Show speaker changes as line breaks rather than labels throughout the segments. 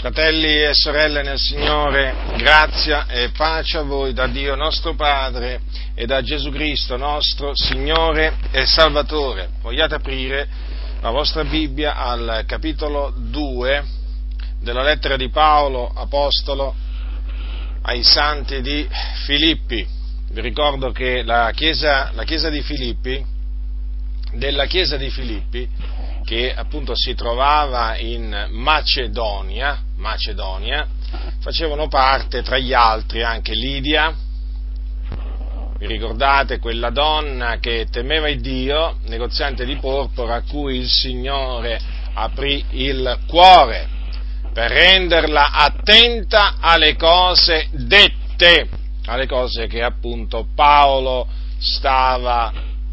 Fratelli e sorelle nel Signore, grazia e pace a voi da Dio nostro Padre e da Gesù Cristo nostro Signore e Salvatore. Vogliate aprire la vostra Bibbia al capitolo 2 della lettera di Paolo, apostolo, ai santi di Filippi. Vi ricordo che della chiesa di Filippi, che appunto si trovava in Macedonia, facevano parte tra gli altri anche Lidia. Vi ricordate quella donna che temeva il Dio, negoziante di porpora, a cui il Signore aprì il cuore per renderla attenta alle cose dette, alle cose che appunto Paolo stava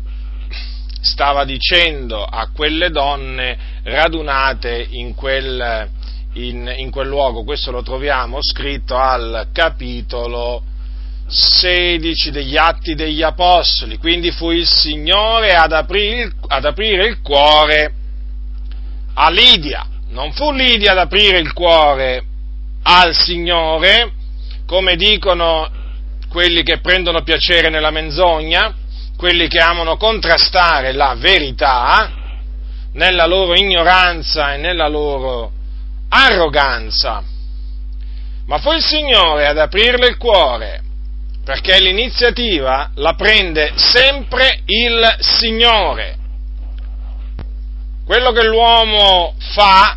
dicendo a quelle donne radunate in quel luogo. Questo lo troviamo scritto al capitolo 16 degli Atti degli Apostoli. Quindi fu il Signore ad aprire il cuore a Lidia. Non fu Lidia ad aprire il cuore al Signore, come dicono quelli che prendono piacere nella menzogna, quelli che amano contrastare la verità nella loro ignoranza e nella loro arroganza. Ma fu il Signore ad aprirle il cuore, perché l'iniziativa la prende sempre il Signore. Quello che l'uomo fa,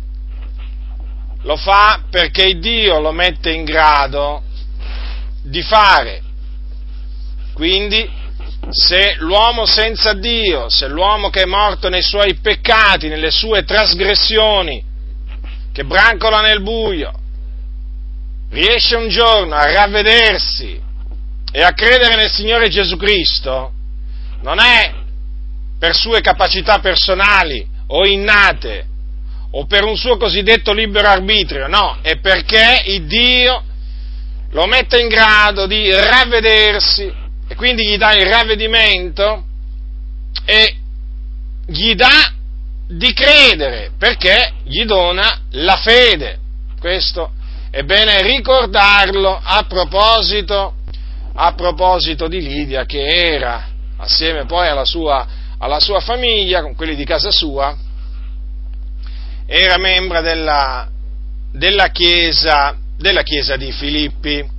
lo fa perché Dio lo mette in grado di fare. Quindi, se l'uomo senza Dio, se l'uomo che è morto nei suoi peccati, nelle sue trasgressioni, che brancola nel buio, riesce un giorno a ravvedersi e a credere nel Signore Gesù Cristo, non è per sue capacità personali o innate o per un suo cosiddetto libero arbitrio, no, è perché il Dio lo mette in grado di ravvedersi e quindi gli dà il ravvedimento e gli dà di credere, perché gli dona la fede. Questo è bene ricordarlo a proposito di Lidia, che era, assieme poi alla sua famiglia, con quelli di casa sua, era membro della chiesa di Filippi.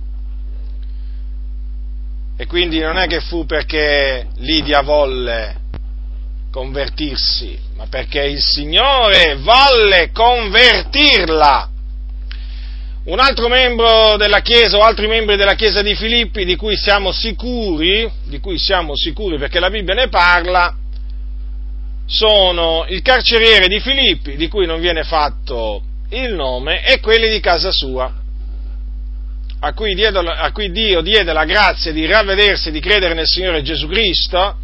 E quindi non è che fu perché Lidia volle convertirsi, ma perché il Signore volle convertirla. Un altro membro della Chiesa, o altri membri della Chiesa di Filippi, di cui siamo sicuri perché la Bibbia ne parla, sono il carceriere di Filippi, di cui non viene fatto il nome, e quelli di casa sua, a cui Dio diede la grazia di ravvedersi e di credere nel Signore Gesù Cristo,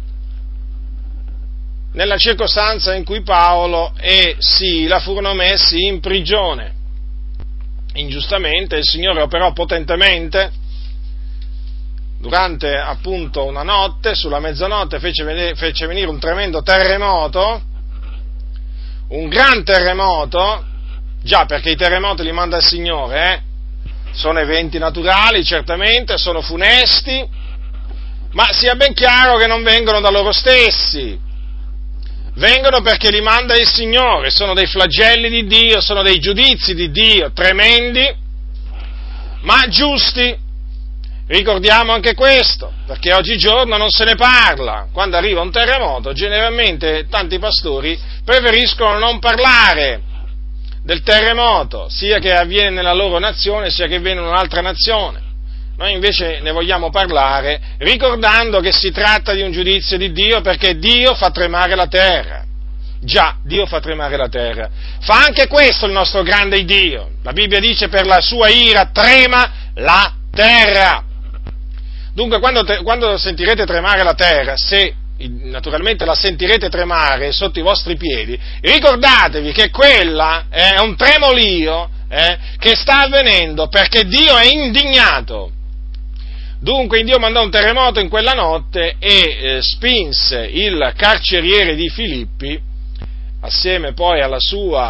nella circostanza in cui Paolo e Sila furono messi in prigione. Ingiustamente il Signore operò potentemente. Durante appunto una notte, sulla mezzanotte, fece venire un tremendo terremoto, un gran terremoto, già, perché i terremoti li manda il Signore, sono eventi naturali, certamente, sono funesti, ma sia ben chiaro che non vengono da loro stessi, vengono perché li manda il Signore, sono dei flagelli di Dio, sono dei giudizi di Dio tremendi, ma giusti. Ricordiamo anche questo, perché oggigiorno non se ne parla. Quando arriva un terremoto, generalmente tanti pastori preferiscono non parlare del terremoto, sia che avviene nella loro nazione, sia che avviene in un'altra nazione. Noi invece ne vogliamo parlare ricordando che si tratta di un giudizio di Dio, perché Dio fa tremare la terra. Già, Dio fa tremare la terra. Fa anche questo il nostro grande Dio. La Bibbia dice: per la sua ira trema la terra. Dunque, quando sentirete tremare la terra, se naturalmente la sentirete tremare sotto i vostri piedi, ricordatevi che quella è un tremolio che sta avvenendo perché Dio è indignato. Dunque Dio mandò un terremoto in quella notte e spinse il carceriere di Filippi, assieme poi alla sua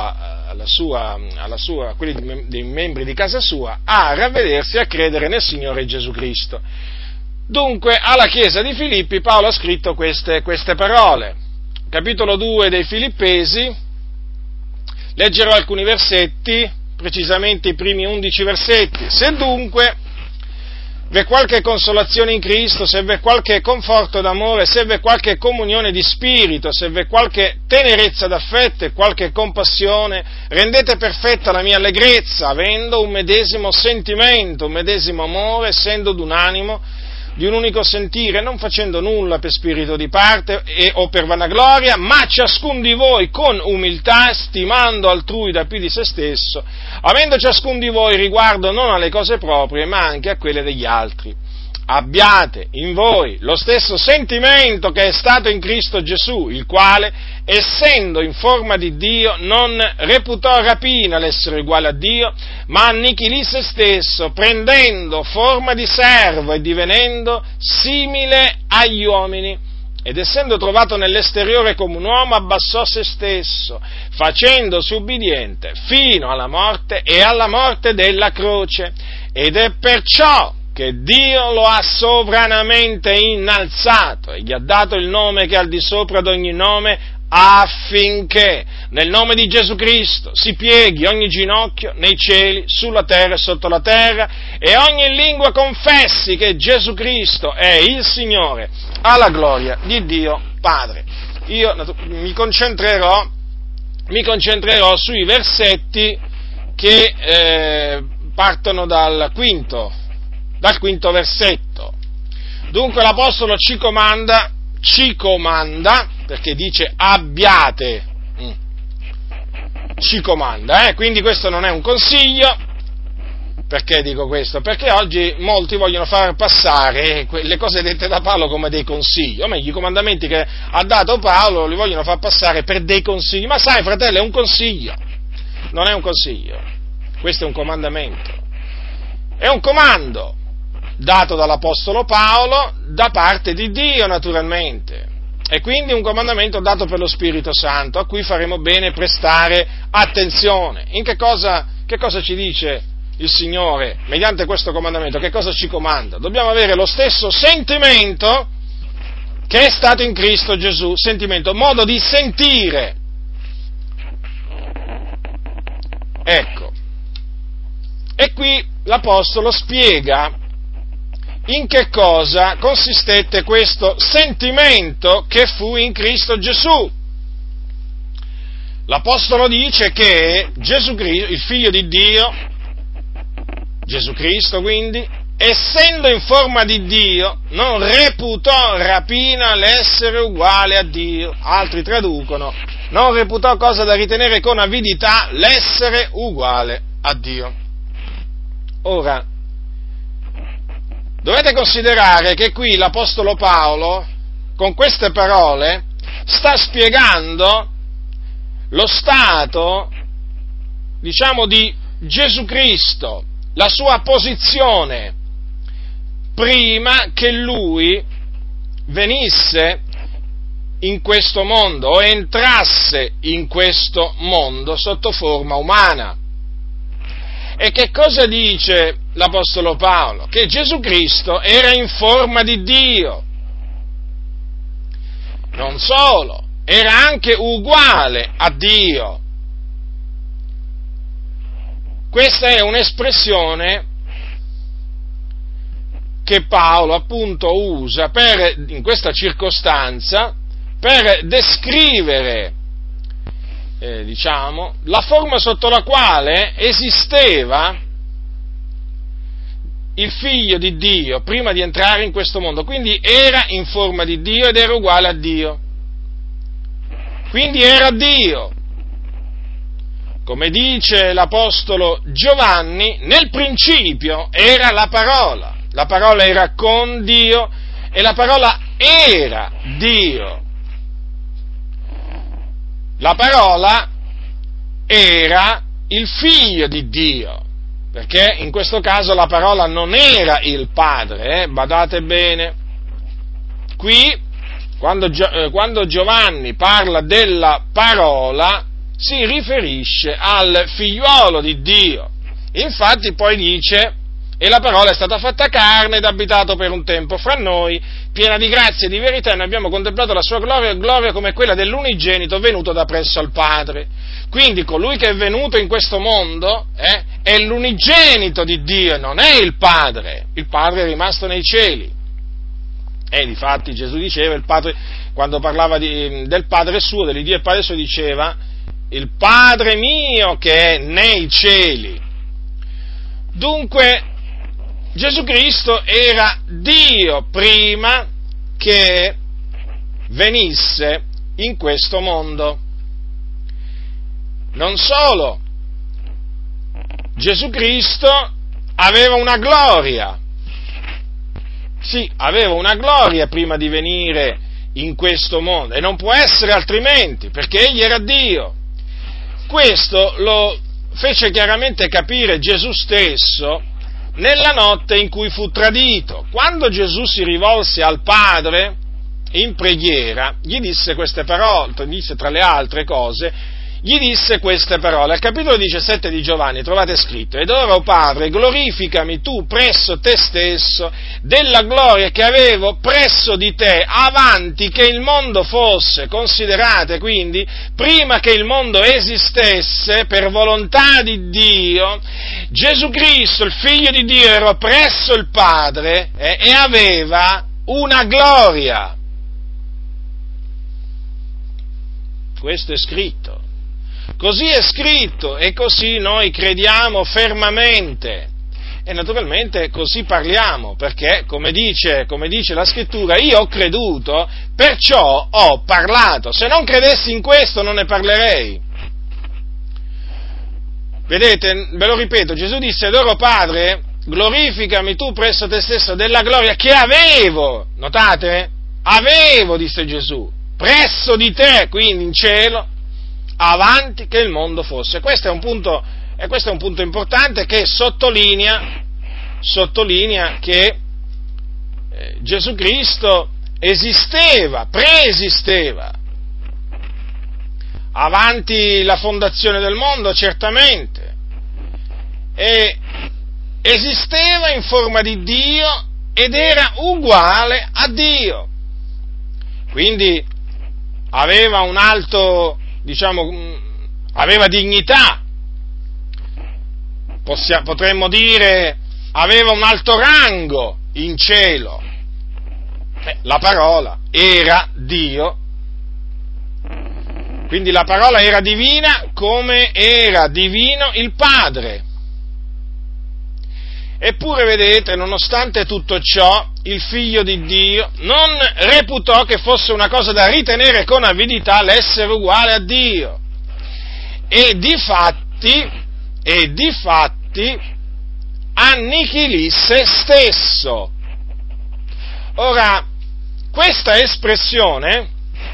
a quelli dei membri di casa sua, a ravvedersi e a credere nel Signore Gesù Cristo. Dunque, alla Chiesa di Filippi Paolo ha scritto queste parole. Capitolo 2 dei Filippesi, leggerò alcuni versetti, precisamente i primi 11 versetti. Se dunque v'è qualche consolazione in Cristo, se v'è qualche conforto d'amore, se v'è qualche comunione di spirito, se v'è qualche tenerezza d'affetto e qualche compassione, rendete perfetta la mia allegrezza, avendo un medesimo sentimento, un medesimo amore, essendo d'un animo, di un unico sentire, non facendo nulla per spirito di parte o per vanagloria, ma ciascun di voi con umiltà, stimando altrui da più di se stesso, avendo ciascun di voi riguardo non alle cose proprie, ma anche a quelle degli altri. Abbiate in voi lo stesso sentimento che è stato in Cristo Gesù, il quale, essendo in forma di Dio, non reputò rapina l'essere uguale a Dio, ma annichilì se stesso, prendendo forma di servo e divenendo simile agli uomini. Ed essendo trovato nell'esteriore come un uomo, abbassò se stesso, facendosi ubbidiente fino alla morte e alla morte della croce. Ed è perciò che Dio lo ha sovranamente innalzato e gli ha dato il nome che è al di sopra d'ogni nome, affinché nel nome di Gesù Cristo si pieghi ogni ginocchio nei cieli, sulla terra e sotto la terra, e ogni lingua confessi che Gesù Cristo è il Signore, alla gloria di Dio Padre. Io mi concentrerò sui versetti che partono dal quinto versetto. Dunque l'Apostolo ci comanda, perché dice abbiate, ci comanda, quindi questo non è un consiglio. Perché dico questo? Perché oggi molti vogliono far passare le cose dette da Paolo come dei consigli, o meglio, i comandamenti che ha dato Paolo li vogliono far passare per dei consigli. Ma sai, fratello, è un consiglio, non è un consiglio, questo è un comandamento, è un comando dato dall'Apostolo Paolo da parte di Dio, naturalmente, e quindi un comandamento dato per lo Spirito Santo, a cui faremo bene prestare attenzione. In che cosa ci dice il Signore mediante questo comandamento? Che cosa ci comanda? Dobbiamo avere lo stesso sentimento che è stato in Cristo Gesù, sentimento, modo di sentire. Ecco, e qui l'Apostolo spiega in che cosa consistette questo sentimento che fu in Cristo Gesù. L'Apostolo dice che Gesù Cristo, il Figlio di Dio, Gesù Cristo quindi, essendo in forma di Dio, non reputò rapina l'essere uguale a Dio. Altri traducono, non reputò cosa da ritenere con avidità l'essere uguale a Dio. Ora, dovete considerare che qui l'Apostolo Paolo, con queste parole, sta spiegando lo stato, diciamo, di Gesù Cristo, la sua posizione prima che lui venisse in questo mondo o entrasse in questo mondo sotto forma umana. E che cosa dice l'Apostolo Paolo? Che Gesù Cristo era in forma di Dio. Non solo, era anche uguale a Dio. Questa è un'espressione che Paolo appunto usa in questa circostanza per descrivere la forma sotto la quale esisteva il Figlio di Dio prima di entrare in questo mondo. Quindi era in forma di Dio ed era uguale a Dio. Quindi era Dio. Come dice l'Apostolo Giovanni, nel principio era la parola era con Dio e la parola era Dio. La parola era il Figlio di Dio, perché in questo caso la parola non era il Padre, badate bene. Qui, quando Giovanni parla della parola, si riferisce al figliuolo di Dio. Infatti poi dice: e la parola è stata fatta carne ed ha abitato per un tempo fra noi, piena di grazia e di verità, e noi abbiamo contemplato la sua gloria come quella dell'unigenito venuto da presso al Padre. Quindi colui che è venuto in questo mondo è l'unigenito di Dio, non è il Padre è rimasto nei cieli. E difatti Gesù diceva, il Padre, quando parlava del Padre suo, dell'Iddio e Padre suo, diceva: il Padre mio che è nei cieli. Dunque, Gesù Cristo era Dio prima che venisse in questo mondo. Non solo, Gesù Cristo aveva una gloria. Sì, aveva una gloria prima di venire in questo mondo, e non può essere altrimenti, perché egli era Dio. Questo lo fece chiaramente capire Gesù stesso nella notte in cui fu tradito. Quando Gesù si rivolse al Padre in preghiera, gli disse queste parole, disse tra le altre cose, gli disse queste parole. Al capitolo 17 di Giovanni trovate scritto: ed ora, o Padre, glorificami tu presso te stesso della gloria che avevo presso di te avanti che il mondo fosse. Considerate quindi, prima che il mondo esistesse, per volontà di Dio, Gesù Cristo, il Figlio di Dio, era presso il Padre e aveva una gloria. Questo è scritto. Così è scritto e così noi crediamo fermamente e naturalmente così parliamo, perché come dice la Scrittura, io ho creduto, perciò ho parlato. Se non credessi in questo non ne parlerei. Vedete, ve lo ripeto, Gesù disse: ed ora, Padre, glorificami tu presso te stesso della gloria che avevo. Notate? Avevo, disse Gesù, presso di te, quindi in cielo, avanti che il mondo fosse. Questo è un punto importante che sottolinea che Gesù Cristo preesisteva, avanti la fondazione del mondo, certamente, e esisteva in forma di Dio ed era uguale a Dio. Quindi aveva un alto, aveva dignità, potremmo dire aveva un alto rango in cielo. La parola era Dio, quindi la parola era divina come era divino il Padre. Eppure, vedete, nonostante tutto ciò, il Figlio di Dio non reputò che fosse una cosa da ritenere con avidità l'essere uguale a Dio. E difatti annichilì se stesso. Ora, questa espressione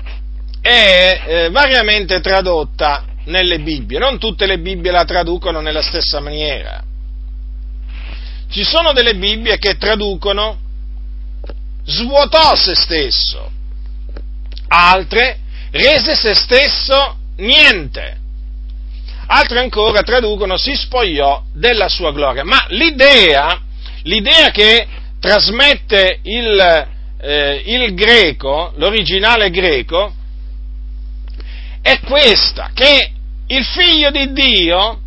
è variamente tradotta nelle Bibbie, non tutte le Bibbie la traducono nella stessa maniera. Ci sono delle Bibbie che traducono svuotò se stesso, altre rese se stesso niente, altre ancora traducono si spogliò della sua gloria. Ma l'idea che trasmette il greco, l'originale greco, è questa, che il Figlio di Dio,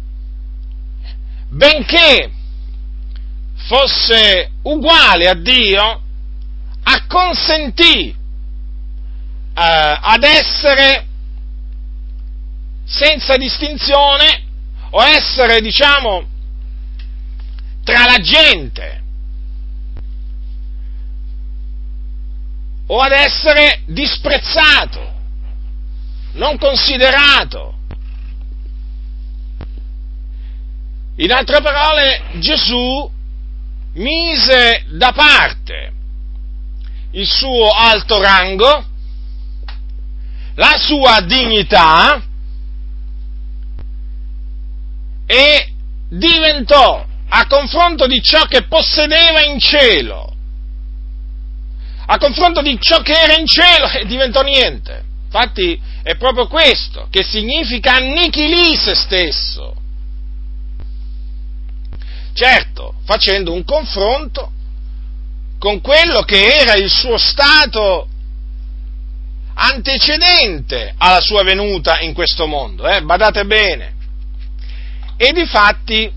benché fosse uguale a Dio, acconsentì ad essere senza distinzione, o essere, tra la gente, o ad essere disprezzato, non considerato. In altre parole, Gesù mise da parte il suo alto rango, la sua dignità, e diventò, a confronto di ciò che possedeva in cielo, a confronto di ciò che era in cielo, diventò niente. Infatti è proprio questo, che significa annichilì se stesso. Certo, facendo un confronto con quello che era il suo stato antecedente alla sua venuta in questo mondo, badate bene. E difatti,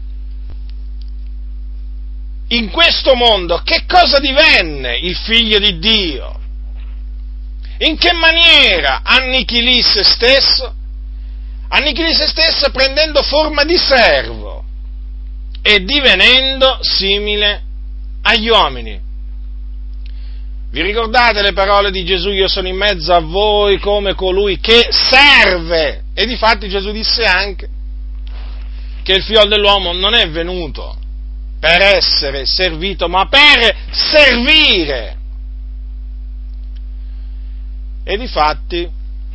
in questo mondo, che cosa divenne il Figlio di Dio? In che maniera annichilì se stesso? Annichilì se stesso prendendo forma di servo e divenendo simile agli uomini. Vi ricordate le parole di Gesù? Io sono in mezzo a voi come colui che serve. E difatti Gesù disse anche che il Figlio dell'uomo non è venuto per essere servito, ma per servire. E difatti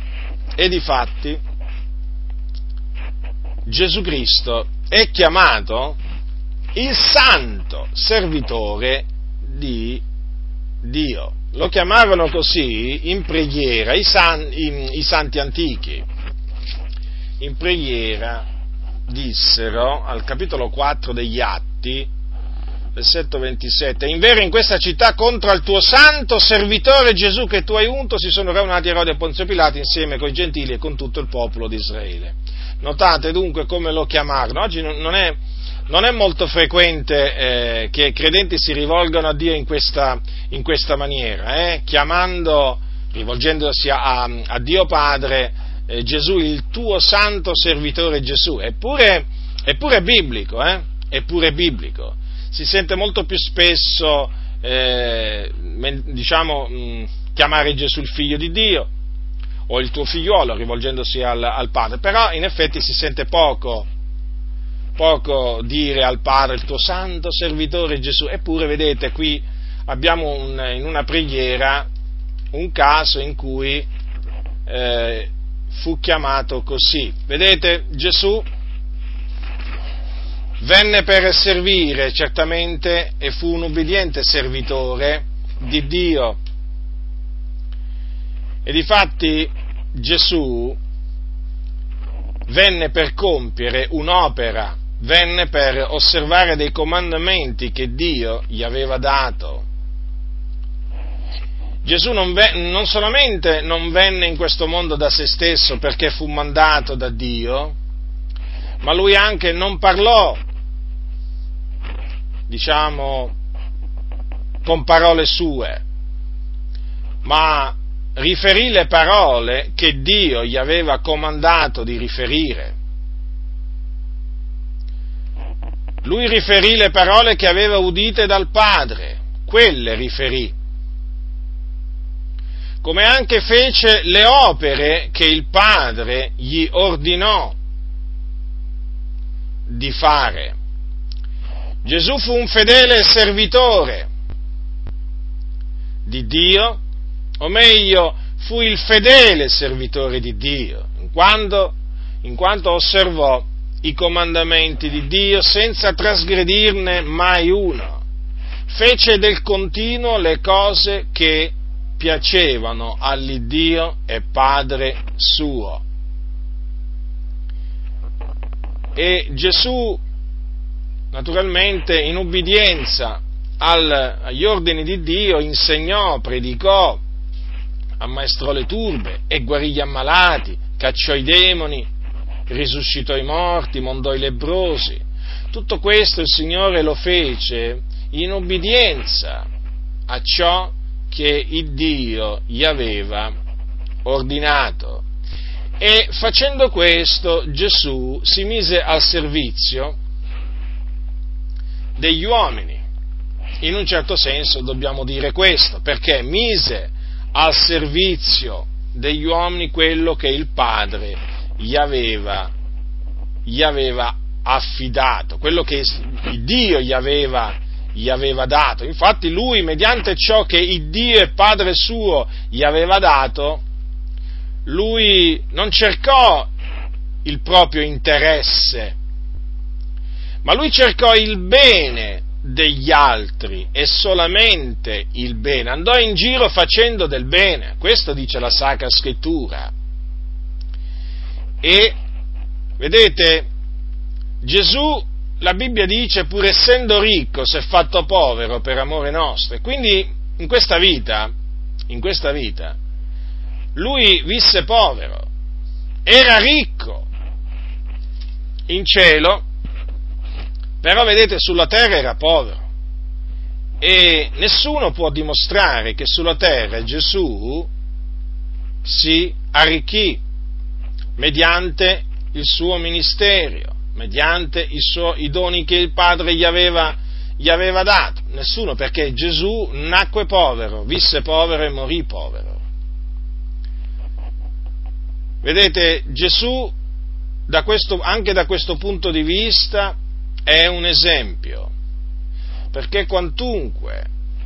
Gesù Cristo è chiamato il santo servitore di Dio. Lo chiamavano così in preghiera i santi antichi. In preghiera dissero al capitolo 4 degli Atti, versetto 27, invero in questa città contro al tuo santo servitore Gesù che tu hai unto si sono riunati Erode e Ponzio Pilato insieme coi gentili e con tutto il popolo di Israele. Notate dunque come lo chiamarono. Oggi non è molto frequente che credenti si rivolgano a Dio in questa maniera, rivolgendosi a Dio Padre, Gesù, il tuo santo servitore Gesù. Eppure è biblico, eppure è biblico. Si sente molto più spesso, chiamare Gesù il figlio di Dio, o il tuo figliuolo, rivolgendosi al Padre, però in effetti si sente poco dire al Padre il tuo santo servitore Gesù. Eppure vedete, qui abbiamo in una preghiera un caso in cui fu chiamato così. Vedete, Gesù venne per servire certamente e fu un ubbidiente servitore di Dio. E difatti Gesù venne per compiere un'opera, venne per osservare dei comandamenti che Dio gli aveva dato. Gesù non solamente non venne in questo mondo da se stesso perché fu mandato da Dio, ma lui anche non parlò, con parole sue, ma riferì le parole che Dio gli aveva comandato di riferire. Lui riferì le parole che aveva udite dal Padre, quelle riferì. Come anche fece le opere che il Padre gli ordinò di fare. Gesù fu un fedele servitore di Dio, o meglio, fu il fedele servitore di Dio, in quanto osservò i comandamenti di Dio senza trasgredirne mai uno. Fece del continuo le cose che piacevano all'Iddio e Padre suo. E Gesù, naturalmente, in ubbidienza agli ordini di Dio, insegnò, predicò, ammaestrò le turbe e guarì gli ammalati, cacciò i demoni, risuscitò i morti, mondò i lebbrosi. Tutto questo il Signore lo fece in ubbidienza a ciò che il Dio gli aveva ordinato. E facendo questo Gesù si mise al servizio degli uomini. In un certo senso dobbiamo dire questo, perché mise al servizio degli uomini quello che il Padre gli aveva affidato, quello che Dio gli aveva dato. Infatti lui, mediante ciò che il Dio e Padre suo gli aveva dato, lui non cercò il proprio interesse, ma lui cercò il bene degli altri e solamente il bene. Andò in giro facendo del bene, questo dice la Sacra Scrittura. E, vedete, Gesù, la Bibbia dice, pur essendo ricco, si è fatto povero per amore nostro. E quindi in questa vita, lui visse povero, era ricco in cielo, però vedete, sulla terra era povero. E nessuno può dimostrare che sulla terra Gesù si arricchì mediante il suo ministero, mediante i doni che il Padre gli aveva dato. Nessuno, perché Gesù nacque povero, visse povero e morì povero. Vedete, Gesù anche da questo punto di vista è un esempio, perché quantunque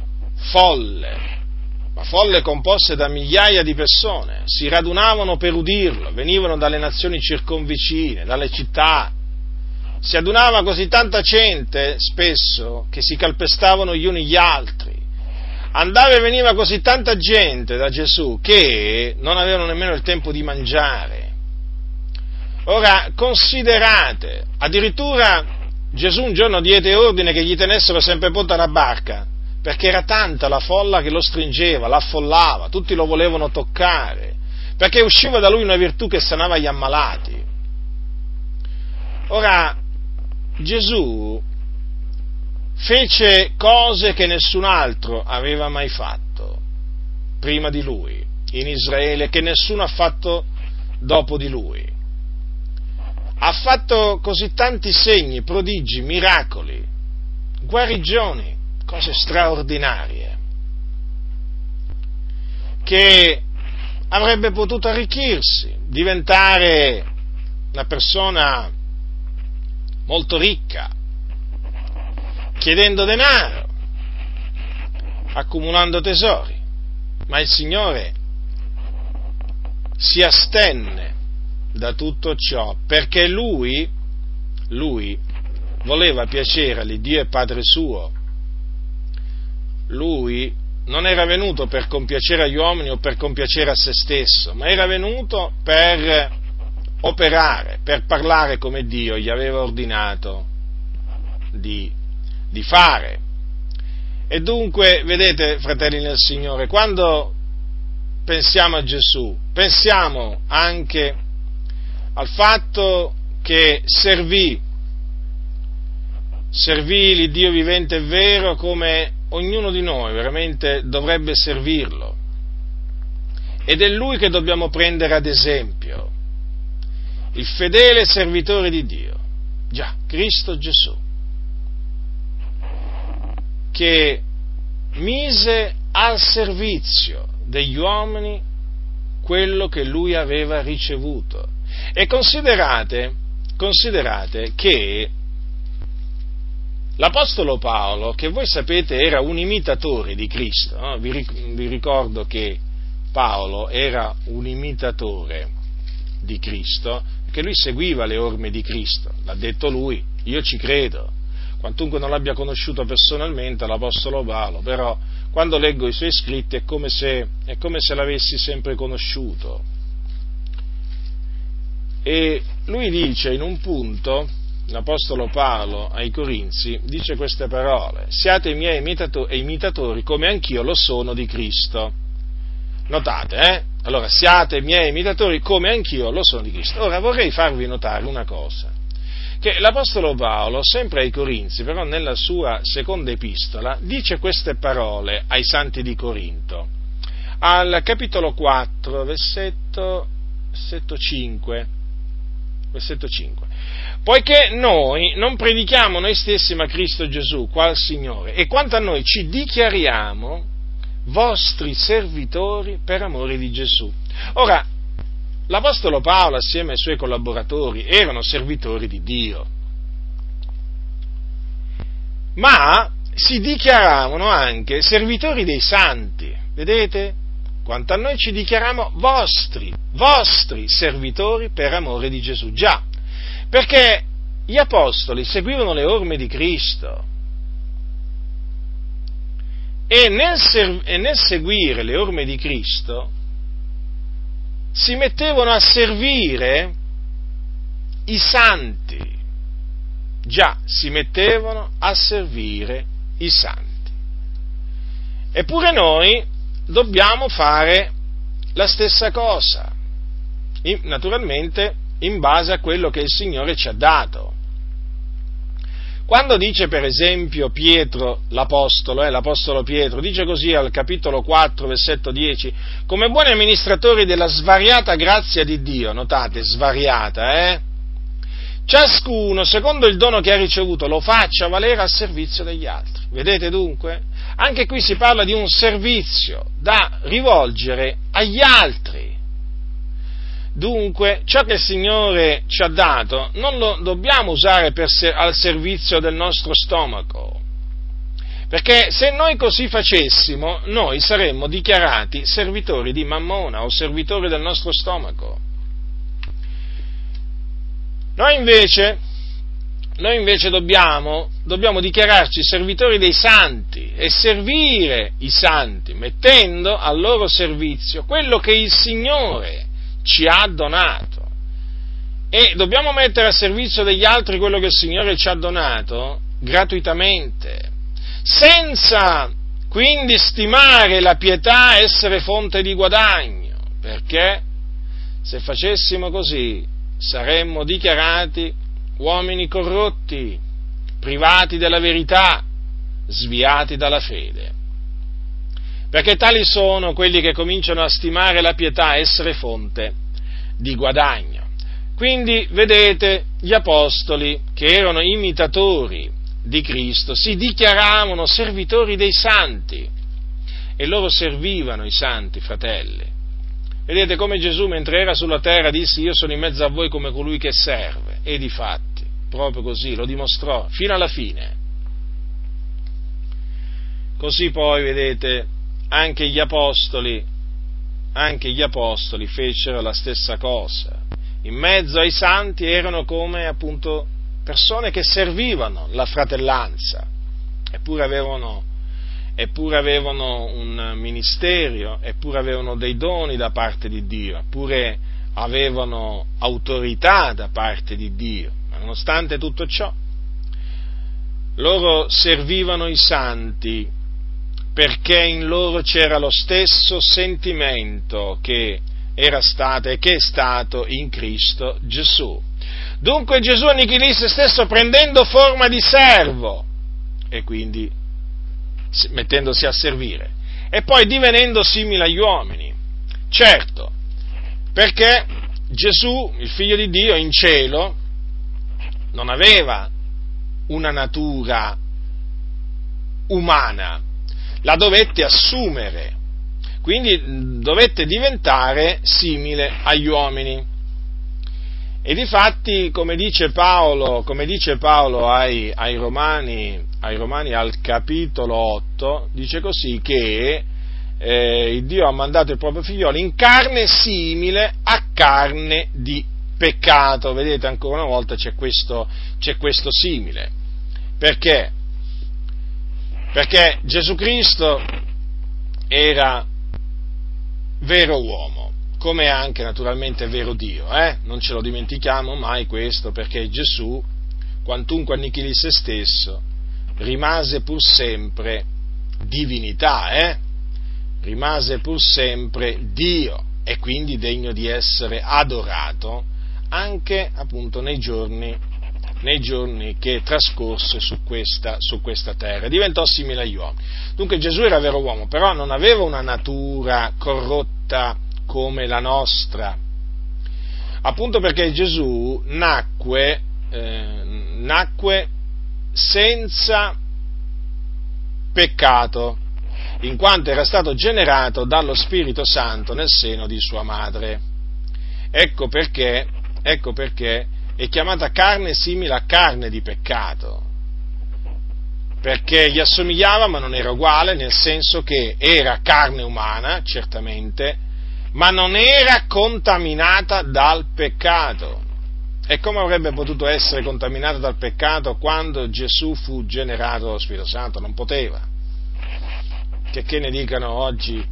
folle composte da migliaia di persone si radunavano per udirlo, venivano dalle nazioni circonvicine, dalle città, si adunava così tanta gente spesso che si calpestavano gli uni gli altri, andava e veniva così tanta gente da Gesù che non avevano nemmeno il tempo di mangiare. Ora, considerate, addirittura Gesù un giorno diede ordine che gli tenessero sempre pronta una barca, perché era tanta la folla che lo stringeva, l'affollava, tutti lo volevano toccare, perché usciva da lui una virtù che sanava gli ammalati. Ora, Gesù fece cose che nessun altro aveva mai fatto prima di lui in Israele, che nessuno ha fatto dopo di lui. Ha fatto così tanti segni, prodigi, miracoli, guarigioni, cose straordinarie, che avrebbe potuto arricchirsi, diventare una persona molto ricca, chiedendo denaro, accumulando tesori, ma il Signore si astenne da tutto ciò, perché lui voleva piacere all'Iddio e Padre suo. Lui non era venuto per compiacere agli uomini o per compiacere a se stesso, ma era venuto per operare, per parlare come Dio gli aveva ordinato di fare. E dunque, vedete, fratelli nel Signore, quando pensiamo a Gesù, pensiamo anche al fatto che servì l'Iddio vivente e vero come ognuno di noi veramente dovrebbe servirlo. Ed è Lui che dobbiamo prendere ad esempio, il fedele servitore di Dio, già, Cristo Gesù, che mise al servizio degli uomini quello che Lui aveva ricevuto. E considerate che l'Apostolo Paolo, che voi sapete era un imitatore di Cristo, no? Vi ricordo che Paolo era un imitatore di Cristo, che lui seguiva le orme di Cristo, l'ha detto lui, io ci credo, quantunque non l'abbia conosciuto personalmente l'Apostolo Paolo, però quando leggo i suoi scritti è come se l'avessi sempre conosciuto. E lui dice in un punto, l'Apostolo Paolo ai Corinzi, dice queste parole: siate i miei imitatori come anch'io lo sono di Cristo. Notate, Allora, siate miei imitatori come anch'io lo sono di Cristo. Ora vorrei farvi notare una cosa, che l'Apostolo Paolo, sempre ai Corinzi, però nella sua seconda epistola, dice queste parole ai santi di Corinto, al capitolo 4, versetto 5, poiché noi non predichiamo noi stessi ma Cristo Gesù, qual Signore, e quanto a noi ci dichiariamo vostri servitori per amore di Gesù. Ora, l'Apostolo Paolo assieme ai suoi collaboratori erano servitori di Dio, ma si dichiaravano anche servitori dei santi, vedete? Quanto a noi ci dichiariamo vostri servitori per amore di Gesù, già, perché gli apostoli seguivano le orme di Cristo e nel seguire le orme di Cristo si mettevano a servire i santi. Già, si mettevano a servire i santi. Eppure noi dobbiamo fare la stessa cosa, naturalmente in base a quello che il Signore ci ha dato. Quando dice per esempio Pietro, l'apostolo Pietro, dice così al capitolo 4, versetto 10, come buoni amministratori della svariata grazia di Dio, notate, svariata, ciascuno, secondo il dono che ha ricevuto, lo faccia valere al servizio degli altri. Vedete dunque? Anche qui si parla di un servizio da rivolgere agli altri. Dunque, ciò che il Signore ci ha dato non lo dobbiamo usare al servizio del nostro stomaco, perché se noi così facessimo, noi saremmo dichiarati servitori di Mammona o servitori del nostro stomaco. Noi invece dobbiamo dichiararci servitori dei santi e servire i santi, mettendo al loro servizio quello che il Signore ci ha donato. E dobbiamo mettere a servizio degli altri quello che il Signore ci ha donato gratuitamente, senza quindi stimare la pietà essere fonte di guadagno, perché se facessimo così saremmo dichiarati uomini corrotti, privati della verità, sviati dalla fede. Perché tali sono quelli che cominciano a stimare la pietà essere fonte di guadagno. Quindi, vedete, gli apostoli, che erano imitatori di Cristo, si dichiaravano servitori dei santi e loro servivano i santi, fratelli. Vedete come Gesù, mentre era sulla terra, disse: io sono in mezzo a voi come colui che serve, e difatti, proprio così, lo dimostrò fino alla fine. Così poi, vedete, anche gli apostoli fecero la stessa cosa. In mezzo ai santi erano come appunto persone che servivano la fratellanza, eppure avevano un ministero, eppure avevano dei doni da parte di Dio, eppure avevano autorità da parte di Dio. Ma nonostante tutto ciò, loro servivano i santi perché in loro c'era lo stesso sentimento che era stato e che è stato in Cristo Gesù. Dunque Gesù annichilì se stesso prendendo forma di servo e quindi mettendosi a servire e poi divenendo simile agli uomini. Certo, perché Gesù, il Figlio di Dio, in cielo non aveva una natura umana, la dovette assumere, quindi dovette diventare simile agli uomini. E difatti, come dice Paolo ai Romani al capitolo 8, dice così che Dio ha mandato il proprio figliolo in carne simile a carne di peccato. Vedete, ancora una volta c'è questo simile. Perché? Perché Gesù Cristo era vero uomo, come anche naturalmente vero Dio, non ce lo dimentichiamo mai questo, perché Gesù, quantunque annichilì se stesso, rimase pur sempre divinità, rimase pur sempre Dio e quindi degno di essere adorato anche appunto nei giorni che trascorse su questa terra, diventò simile agli uomini. Dunque Gesù era vero uomo, però non aveva una natura corrotta come la nostra, appunto perché Gesù nacque senza peccato, in quanto era stato generato dallo Spirito Santo nel seno di sua madre. Ecco perché è chiamata carne simile a carne di peccato, perché gli assomigliava ma non era uguale, nel senso che era carne umana, certamente, ma non era contaminata dal peccato. E come avrebbe potuto essere contaminata dal peccato quando Gesù fu generato dallo Spirito Santo? Non poteva. Che ne dicano oggi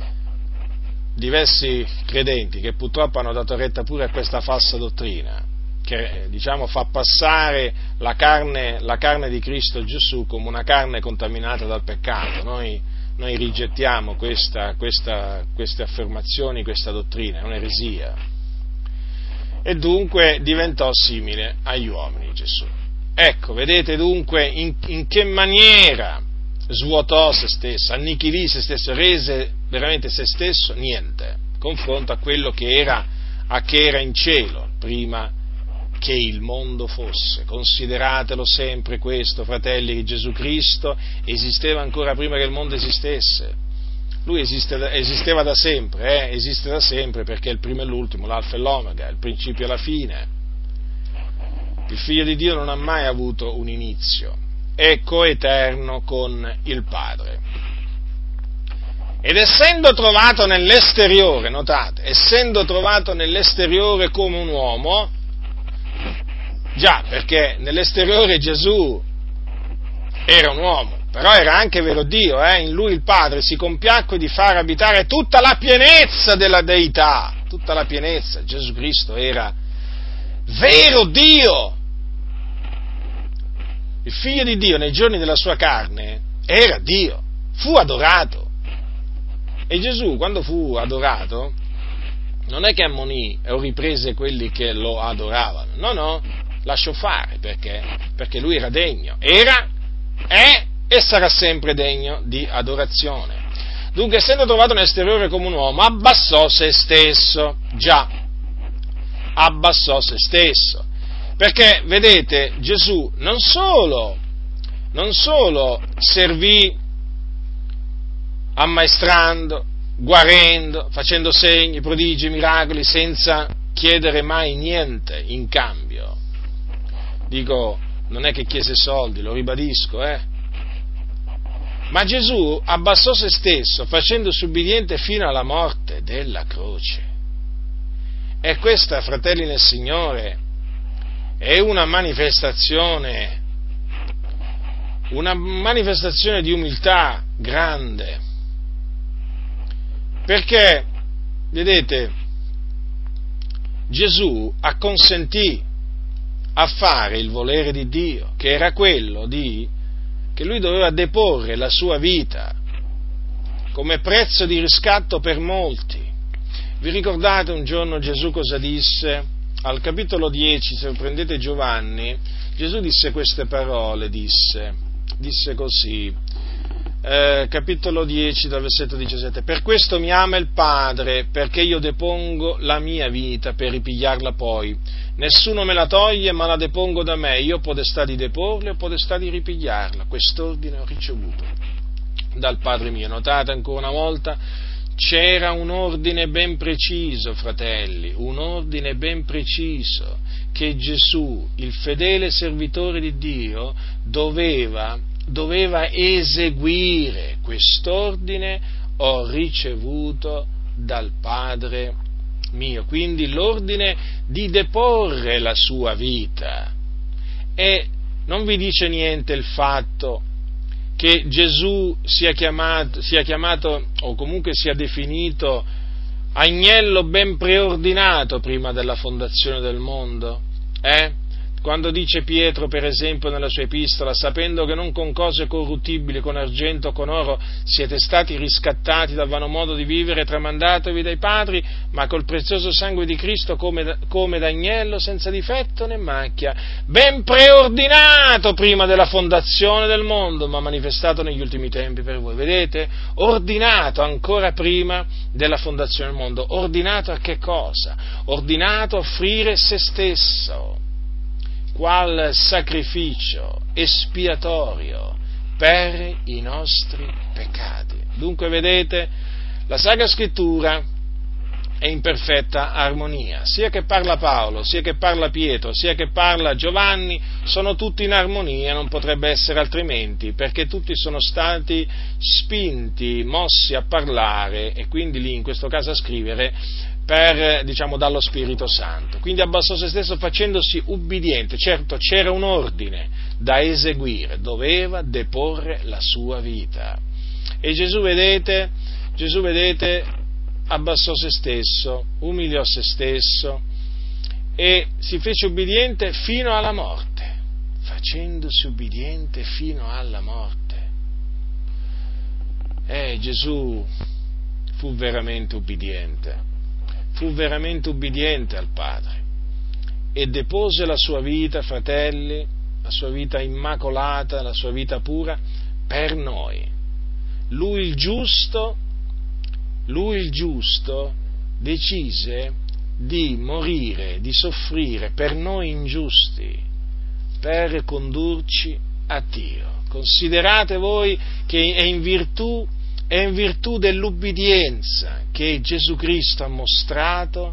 diversi credenti che purtroppo hanno dato retta pure a questa falsa dottrina, che diciamo fa passare la carne di Cristo Gesù come una carne contaminata dal peccato. Noi rigettiamo queste affermazioni, questa dottrina, è un'eresia. E dunque diventò simile agli uomini Gesù. Ecco, vedete dunque in che maniera svuotò se stesso, annichilì se stesso, rese veramente se stesso niente, confronto a quello che era in cielo prima che il mondo fosse. Consideratelo sempre questo, fratelli, che Gesù Cristo esisteva ancora prima che il mondo esistesse. Lui esisteva da sempre, esiste da sempre perché è il primo e l'ultimo, l'alfa e l'omega, il principio e la fine. Il Figlio di Dio non ha mai avuto un inizio, è coeterno con il Padre. Ed essendo trovato nell'esteriore, notate, essendo trovato nell'esteriore come un uomo, già, perché nell'esteriore Gesù era un uomo, però era anche vero Dio, in lui il Padre si compiacque di far abitare tutta la pienezza della deità, tutta la pienezza. Gesù Cristo era vero Dio. Il Figlio di Dio nei giorni della sua carne era Dio, fu adorato. E Gesù, quando fu adorato, non è che ammonì o riprese quelli che lo adoravano, no, lasciò fare, perché lui era degno, è e sarà sempre degno di adorazione. Dunque, essendo trovato nell'esteriore come un uomo, abbassò se stesso, perché, vedete, Gesù non solo servì ammaestrando, guarendo, facendo segni, prodigi, miracoli, senza chiedere mai niente in cambio. Dico, non è che chiese soldi, lo ribadisco, ma Gesù abbassò se stesso, facendosi ubbidiente fino alla morte della croce. E questa, fratelli nel Signore, è una manifestazione di umiltà grande. Perché, vedete, Gesù acconsentì a fare il volere di Dio, che era quello che lui doveva deporre la sua vita come prezzo di riscatto per molti. Vi ricordate un giorno Gesù cosa disse? Al capitolo 10, se prendete Giovanni, Gesù disse queste parole, disse così, capitolo 10 dal versetto 17: per questo mi ama il Padre, perché io depongo la mia vita per ripigliarla poi. Nessuno me la toglie, ma la depongo da me. Io ho potestà di deporla e ho potestà di ripigliarla. Quest'ordine ho ricevuto dal Padre mio. Notate ancora una volta, c'era un ordine ben preciso, fratelli, un ordine ben preciso che Gesù, il fedele servitore di Dio, doveva eseguire. Quest'ordine ho ricevuto dal Padre mio, quindi l'ordine di deporre la sua vita. E non vi dice niente il fatto che Gesù sia chiamato o comunque sia definito agnello ben preordinato prima della fondazione del mondo? Quando dice Pietro, per esempio, nella sua epistola: sapendo che non con cose corruttibili, con argento o con oro, siete stati riscattati dal vano modo di vivere tramandatovi dai padri, ma col prezioso sangue di Cristo come d'agnello, senza difetto né macchia, ben preordinato prima della fondazione del mondo, ma manifestato negli ultimi tempi per voi. Vedete? Ordinato ancora prima della fondazione del mondo. Ordinato a che cosa? Ordinato a offrire se stesso qual sacrificio espiatorio per i nostri peccati. Dunque, vedete, la Sacra Scrittura è in perfetta armonia, sia che parla Paolo, sia che parla Pietro, sia che parla Giovanni, sono tutti in armonia, non potrebbe essere altrimenti, perché tutti sono stati spinti, mossi a parlare, e quindi lì in questo caso a scrivere, dallo Spirito Santo. Quindi abbassò se stesso facendosi ubbidiente. Certo, c'era un ordine da eseguire, doveva deporre la sua vita. E Gesù, vedete, abbassò se stesso, umiliò se stesso e si fece ubbidiente fino alla morte, facendosi ubbidiente fino alla morte. Gesù fu veramente ubbidiente al Padre e depose la sua vita, fratelli, la sua vita immacolata, la sua vita pura per noi. Lui il giusto decise di morire, di soffrire per noi ingiusti, per condurci a Dio. Considerate voi che è in virtù dell'ubbidienza che Gesù Cristo ha mostrato,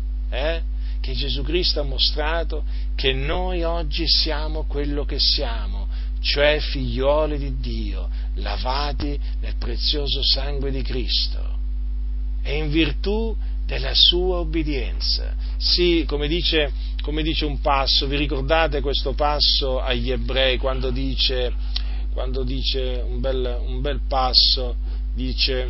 che noi oggi siamo quello che siamo, cioè figlioli di Dio, lavati nel prezioso sangue di Cristo. È in virtù della sua ubbidienza. Sì, come dice un passo, vi ricordate questo passo agli Ebrei quando dice un bel passo, dice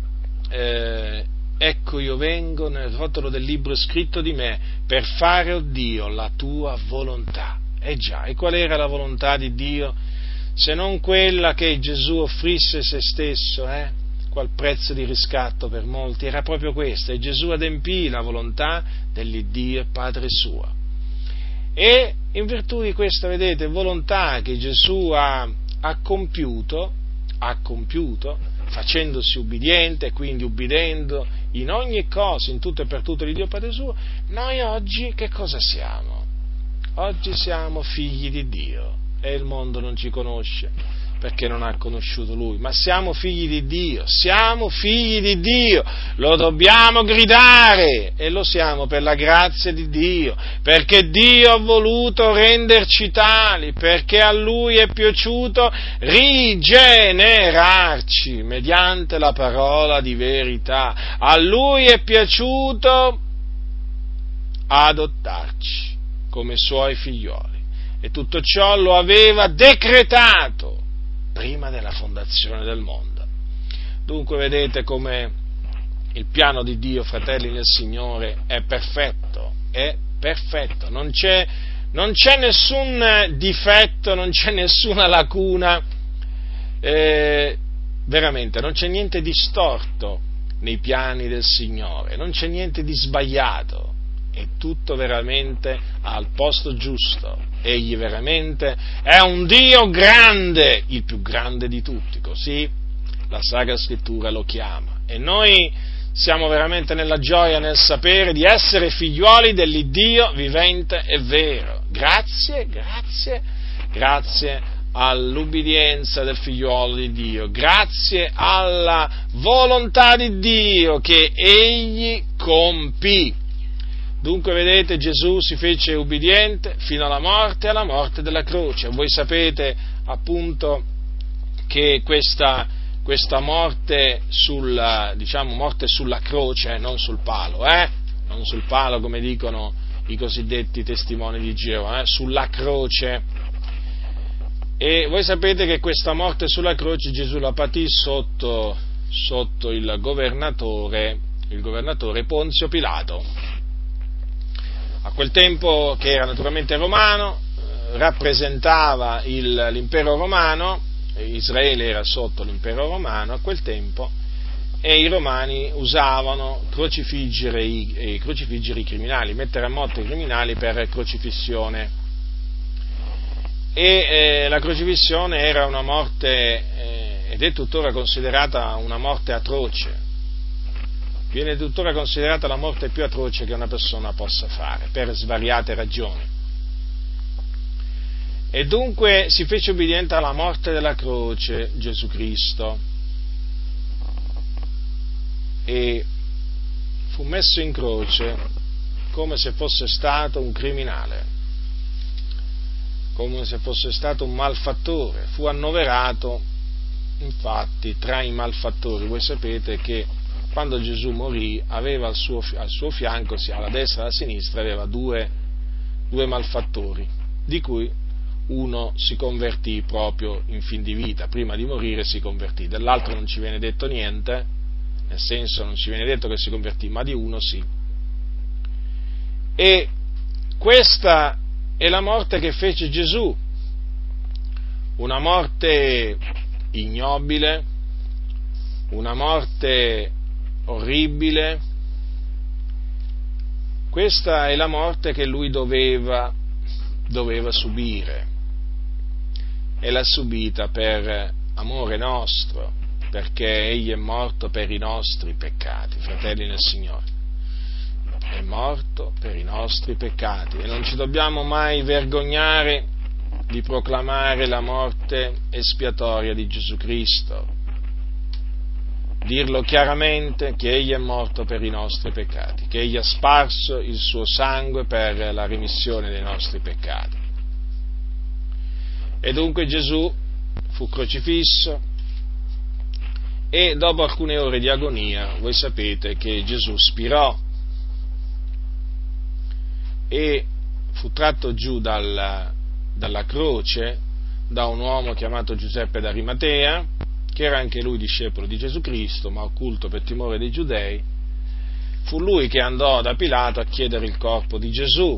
ecco io vengo nel rotolo del libro scritto di me per fare, o Dio, la tua volontà. Già, e qual era la volontà di Dio? Se non quella che Gesù offrisse se stesso, qual prezzo di riscatto per molti, era proprio questa, e Gesù adempì la volontà dell'Iddio e Padre suo. E in virtù di questa, vedete, volontà che Gesù ha compiuto, facendosi ubbidiente e quindi ubbidendo in ogni cosa, in tutto e per tutto di Dio Padre suo, noi oggi che cosa siamo? Oggi siamo figli di Dio e il mondo non ci conosce perché non ha conosciuto Lui, ma siamo figli di Dio, lo dobbiamo gridare e lo siamo per la grazia di Dio, perché Dio ha voluto renderci tali, perché a Lui è piaciuto rigenerarci mediante la parola di verità, a Lui è piaciuto adottarci come Suoi figlioli e tutto ciò lo aveva decretato prima della fondazione del mondo. Dunque vedete come il piano di Dio, fratelli nel Signore, è perfetto, non c'è nessun difetto, non c'è nessuna lacuna, veramente non c'è niente di storto nei piani del Signore, non c'è niente di sbagliato, è tutto veramente al posto giusto. Egli veramente è un Dio grande, il più grande di tutti, così la Sacra Scrittura lo chiama. E noi siamo veramente nella gioia, nel sapere di essere figliuoli dell'Iddio vivente e vero. Grazie all'ubbidienza del figliuolo di Dio, grazie alla volontà di Dio che Egli compì. Dunque, vedete, Gesù si fece ubbidiente fino alla morte della croce. Voi sapete, appunto, che questa morte morte sulla croce, non sul palo, non sul palo come dicono i cosiddetti testimoni di Geova, sulla croce. E voi sapete che questa morte sulla croce Gesù la patì sotto il governatore Ponzio Pilato. A quel tempo, che era naturalmente romano, rappresentava l'impero romano, Israele era sotto l'impero romano a quel tempo, e i romani usavano crocifiggere i criminali, mettere a morte i criminali per crocifissione. E la crocifissione era una morte, ed è tuttora considerata una morte atroce. Viene tuttora considerata la morte più atroce che una persona possa fare, per svariate ragioni. E dunque si fece ubbidiente alla morte della croce Gesù Cristo e fu messo in croce come se fosse stato un criminale, come se fosse stato un malfattore. Fu annoverato infatti tra i malfattori. Voi sapete che quando Gesù morì aveva al suo fianco, sia alla destra e alla sinistra, aveva due malfattori, di cui uno si convertì proprio in fin di vita, prima di morire si convertì, dell'altro non ci viene detto niente, nel senso non ci viene detto che si convertì, ma di uno sì. E questa è la morte che fece Gesù, una morte ignobile, una morte orribile. Questa è la morte che lui doveva subire, e l'ha subita per amore nostro, perché egli è morto per i nostri peccati, fratelli nel Signore. È morto per i nostri peccati, e non ci dobbiamo mai vergognare di proclamare la morte espiatoria di Gesù Cristo, dirlo chiaramente che egli è morto per i nostri peccati, che egli ha sparso il suo sangue per la remissione dei nostri peccati. E dunque Gesù fu crocifisso, e dopo alcune ore di agonia voi sapete che Gesù spirò e fu tratto giù dalla croce da un uomo chiamato Giuseppe d'Arimatea, che era anche lui discepolo di Gesù Cristo, ma occulto per timore dei giudei. Fu lui che andò da Pilato a chiedere il corpo di Gesù,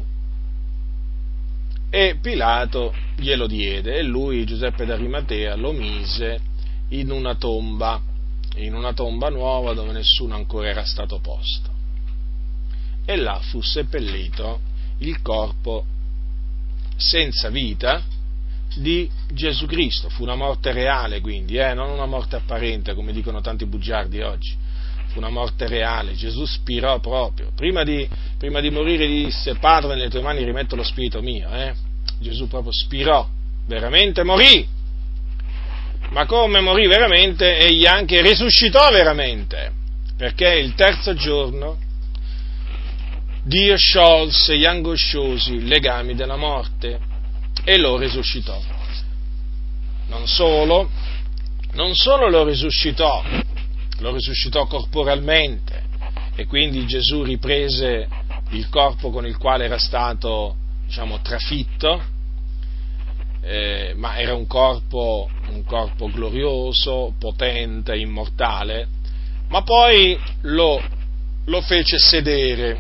e Pilato glielo diede, e lui, Giuseppe d'Arimatea, lo mise in una tomba nuova dove nessuno ancora era stato posto. E là fu seppellito il corpo senza vita di Gesù Cristo. Fu una morte reale, quindi, non una morte apparente, come dicono tanti bugiardi oggi. Fu una morte reale. Gesù spirò proprio. Prima di morire disse: Padre, nelle tue mani rimetto lo spirito mio. Gesù proprio spirò, veramente morì. Ma come morì veramente, egli anche risuscitò veramente, perché il terzo giorno Dio sciolse gli angosciosi legami della morte e lo risuscitò. Non solo lo risuscitò corporalmente, e quindi Gesù riprese il corpo con il quale era stato, trafitto, ma era un corpo glorioso, potente, immortale, ma poi lo fece sedere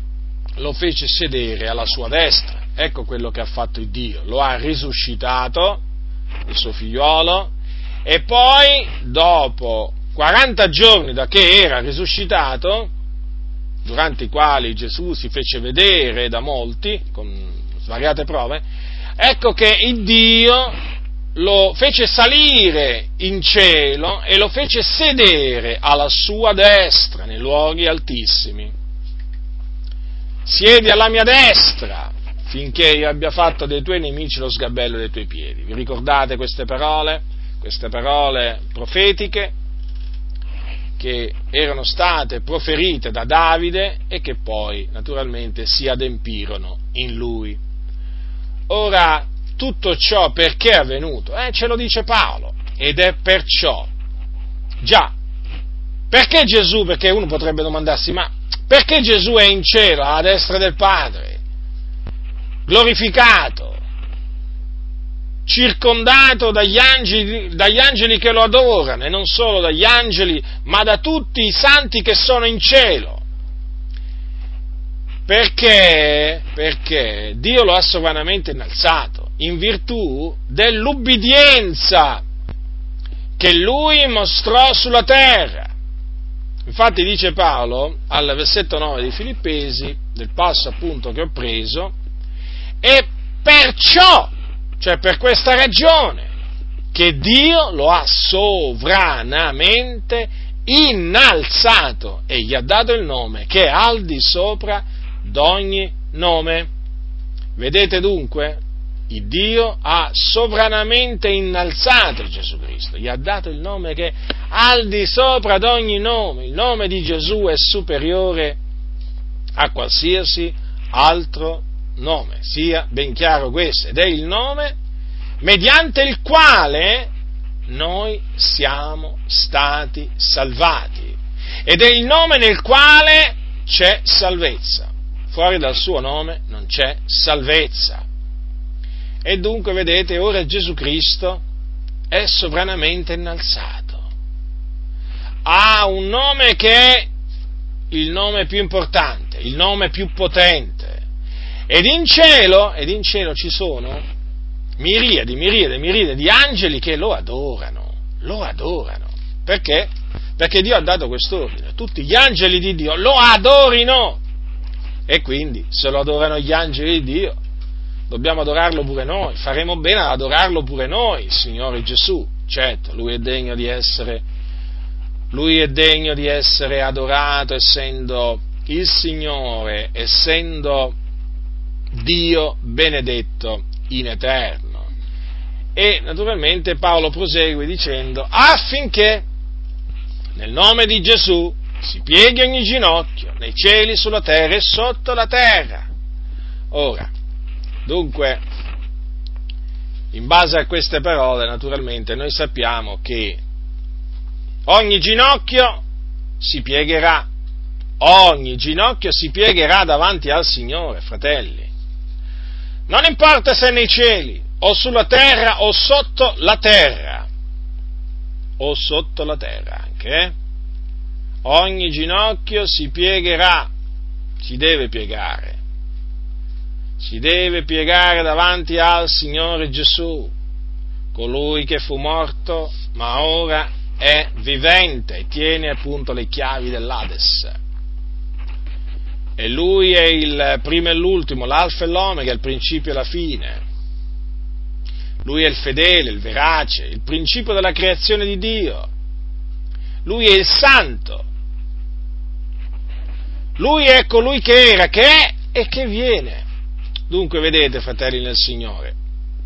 alla sua destra. Ecco quello che ha fatto il Dio: lo ha risuscitato, il suo figliuolo, e poi dopo 40 giorni da che era risuscitato, durante i quali Gesù si fece vedere da molti con svariate prove, ecco che il Dio lo fece salire in cielo e lo fece sedere alla sua destra nei luoghi altissimi. Siedi alla mia destra finché io abbia fatto dei tuoi nemici lo sgabello dei tuoi piedi. Vi ricordate queste parole profetiche che erano state proferite da Davide e che poi naturalmente si adempirono in lui. Ora, tutto ciò perché è avvenuto? Ce lo dice Paolo, ed è perciò. Già, perché Gesù? Perché uno potrebbe domandarsi: ma perché Gesù è in cielo, alla destra del Padre, glorificato, circondato dagli angeli che lo adorano, e non solo dagli angeli, ma da tutti i santi che sono in cielo? Perché Dio lo ha sovranamente innalzato, in virtù dell'ubbidienza che Lui mostrò sulla terra. Infatti dice Paolo, al versetto 9 di Filippesi, del passo appunto che ho preso: e perciò, cioè per questa ragione, che Dio lo ha sovranamente innalzato e gli ha dato il nome che è al di sopra d'ogni nome. Vedete dunque? Il Dio ha sovranamente innalzato Gesù Cristo, gli ha dato il nome che è al di sopra d'ogni nome. Il nome di Gesù è superiore a qualsiasi altro nome, sia ben chiaro questo, ed è il nome mediante il quale noi siamo stati salvati, ed è il nome nel quale c'è salvezza. Fuori dal suo nome non c'è salvezza. E dunque, vedete, ora Gesù Cristo è sovranamente innalzato. Ha un nome che è il nome più importante, il nome più potente, Ed in cielo ci sono miriadi di angeli che lo adorano. Perché? Perché Dio ha dato quest'ordine, tutti gli angeli di Dio lo adorino, e quindi se lo adorano gli angeli di Dio, dobbiamo adorarlo pure noi, faremo bene ad adorarlo pure noi, il Signore Gesù. Certo, Lui è degno di essere adorato, essendo il Signore, essendo Dio benedetto in eterno. E naturalmente Paolo prosegue dicendo: affinché nel nome di Gesù si pieghi ogni ginocchio, nei cieli, sulla terra e sotto la terra. Ora, dunque, in base a queste parole, naturalmente, noi sappiamo che ogni ginocchio si piegherà davanti al Signore, fratelli. Non importa se è nei cieli, o sulla terra, o sotto la terra anche, ogni ginocchio si piegherà, si deve piegare davanti al Signore Gesù, colui che fu morto, ma ora è vivente e tiene appunto le chiavi dell'Ades. E Lui è il primo e l'ultimo, l'alfa e l'omega, il principio e la fine. Lui è il fedele, il verace, il principio della creazione di Dio. Lui è il santo. Lui è colui che era, che è e che viene. Dunque, vedete, fratelli nel Signore,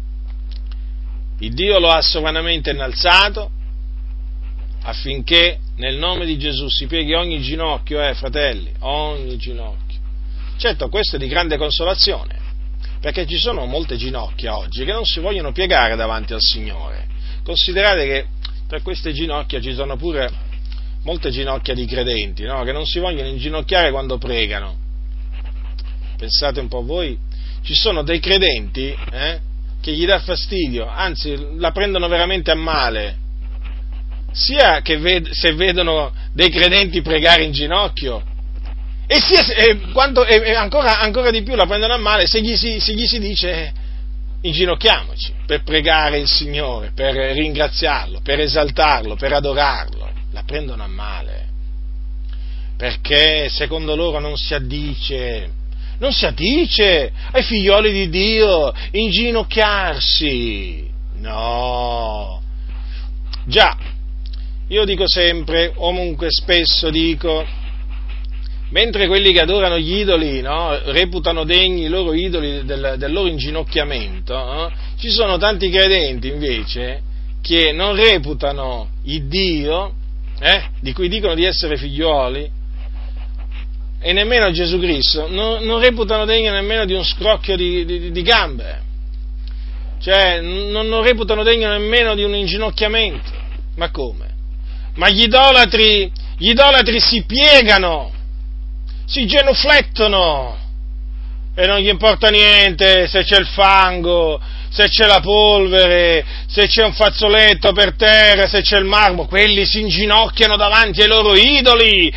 il Dio lo ha sovranamente innalzato affinché nel nome di Gesù si pieghi ogni ginocchio, fratelli, ogni ginocchio. Certo, questo è di grande consolazione, perché ci sono molte ginocchia oggi che non si vogliono piegare davanti al Signore. Considerate che tra queste ginocchia ci sono pure molte ginocchia di credenti, no? Che non si vogliono inginocchiare quando pregano. Pensate un po' voi, ci sono dei credenti che gli dà fastidio, anzi la prendono veramente a male, sia che se vedono dei credenti pregare in ginocchio, e sia ancora di più la prendono a male se gli si dice inginocchiamoci per pregare il Signore, per ringraziarlo, per esaltarlo, per adorarlo. La prendono a male, perché secondo loro non si addice ai figlioli di Dio inginocchiarsi. No. Già, io dico sempre, o comunque spesso dico, mentre quelli che adorano gli idoli, no, reputano degni i loro idoli del loro inginocchiamento, no, ci sono tanti credenti invece che non reputano il Dio, di cui dicono di essere figlioli, e nemmeno Gesù Cristo, non reputano degno nemmeno di un scrocchio di gambe, cioè non reputano degno nemmeno di un inginocchiamento. Ma come? Ma gli idolatri si piegano, si genuflettono, e non gli importa niente se c'è il fango, se c'è la polvere, se c'è un fazzoletto per terra, se c'è il marmo. Quelli si inginocchiano davanti ai loro idoli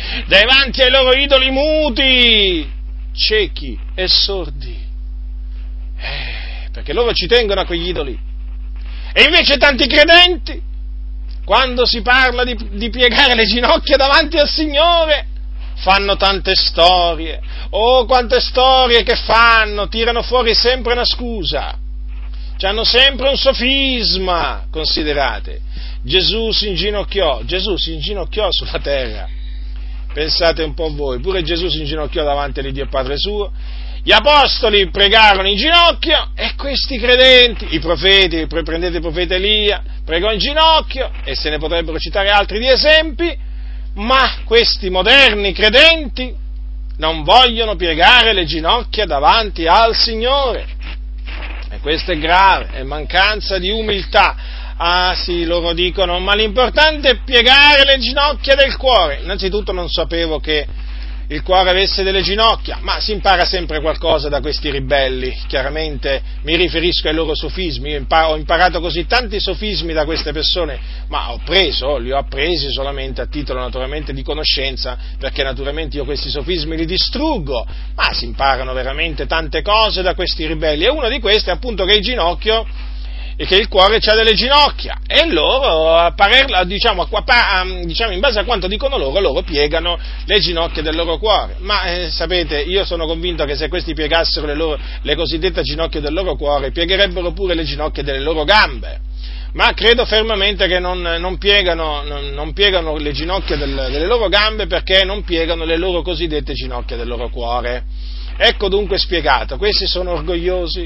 muti, ciechi e sordi, perché loro ci tengono a quegli idoli. E invece tanti credenti, quando si parla di piegare le ginocchia davanti al Signore, fanno tante storie. Oh, quante storie che fanno! Tirano fuori sempre una scusa. C'hanno sempre un sofisma. Considerate, Gesù si inginocchiò sulla terra. Pensate un po' voi, pure Gesù si inginocchiò davanti all'Iddio Padre suo. Gli apostoli pregarono in ginocchio, e questi credenti, i profeti, prendete il profeta Elia, pregò in ginocchio, e se ne potrebbero citare altri di esempi, ma questi moderni credenti non vogliono piegare le ginocchia davanti al Signore, e questo è grave, è mancanza di umiltà. Ah sì, loro dicono, ma l'importante è piegare le ginocchia del cuore. Innanzitutto non sapevo che il cuore avesse delle ginocchia, ma si impara sempre qualcosa da questi ribelli, chiaramente mi riferisco ai loro sofismi, io ho imparato così tanti sofismi da queste persone, ma li ho appresi solamente a titolo naturalmente di conoscenza, perché naturalmente io questi sofismi li distruggo, ma si imparano veramente tante cose da questi ribelli, e uno di questi è appunto che il ginocchio e che il cuore ha delle ginocchia, e loro, diciamo, in base a quanto dicono loro piegano le ginocchia del loro cuore, ma sapete, io sono convinto che se questi piegassero le cosiddette ginocchia del loro cuore, piegherebbero pure le ginocchia delle loro gambe, ma credo fermamente che non piegano le ginocchia delle loro gambe, perché non piegano le loro cosiddette ginocchia del loro cuore. Ecco dunque spiegato, questi sono orgogliosi,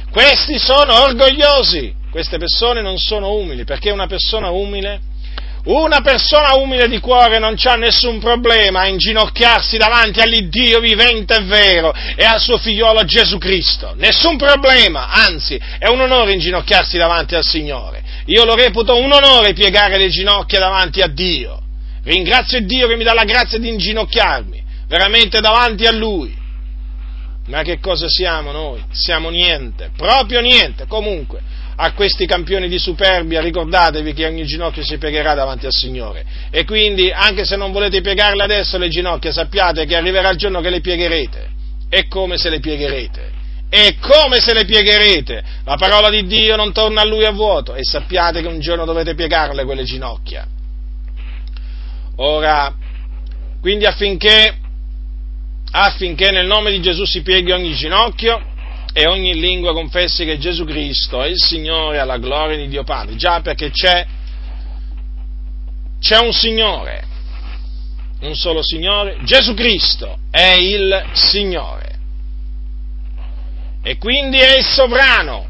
queste persone non sono umili, perché una persona umile di cuore non c'ha nessun problema a inginocchiarsi davanti all'Iddio vivente e vero e al suo figliolo Gesù Cristo, nessun problema, anzi è un onore inginocchiarsi davanti al Signore, io lo reputo un onore piegare le ginocchia davanti a Dio, ringrazio Dio che mi dà la grazia di inginocchiarmi veramente davanti a Lui. Ma che cosa siamo noi? Siamo niente, proprio niente. Comunque, a questi campioni di superbia ricordatevi che ogni ginocchio si piegherà davanti al Signore, e quindi anche se non volete piegarle adesso le ginocchia, sappiate che arriverà il giorno che le piegherete. E come se le piegherete? La parola di Dio non torna a Lui a vuoto, e sappiate che un giorno dovete piegarle quelle ginocchia. Ora, quindi affinché nel nome di Gesù si pieghi ogni ginocchio e ogni lingua confessi che Gesù Cristo è il Signore, alla gloria di Dio Padre. Già, perché c'è un Signore, un solo Signore, Gesù Cristo è il Signore. E quindi è il sovrano.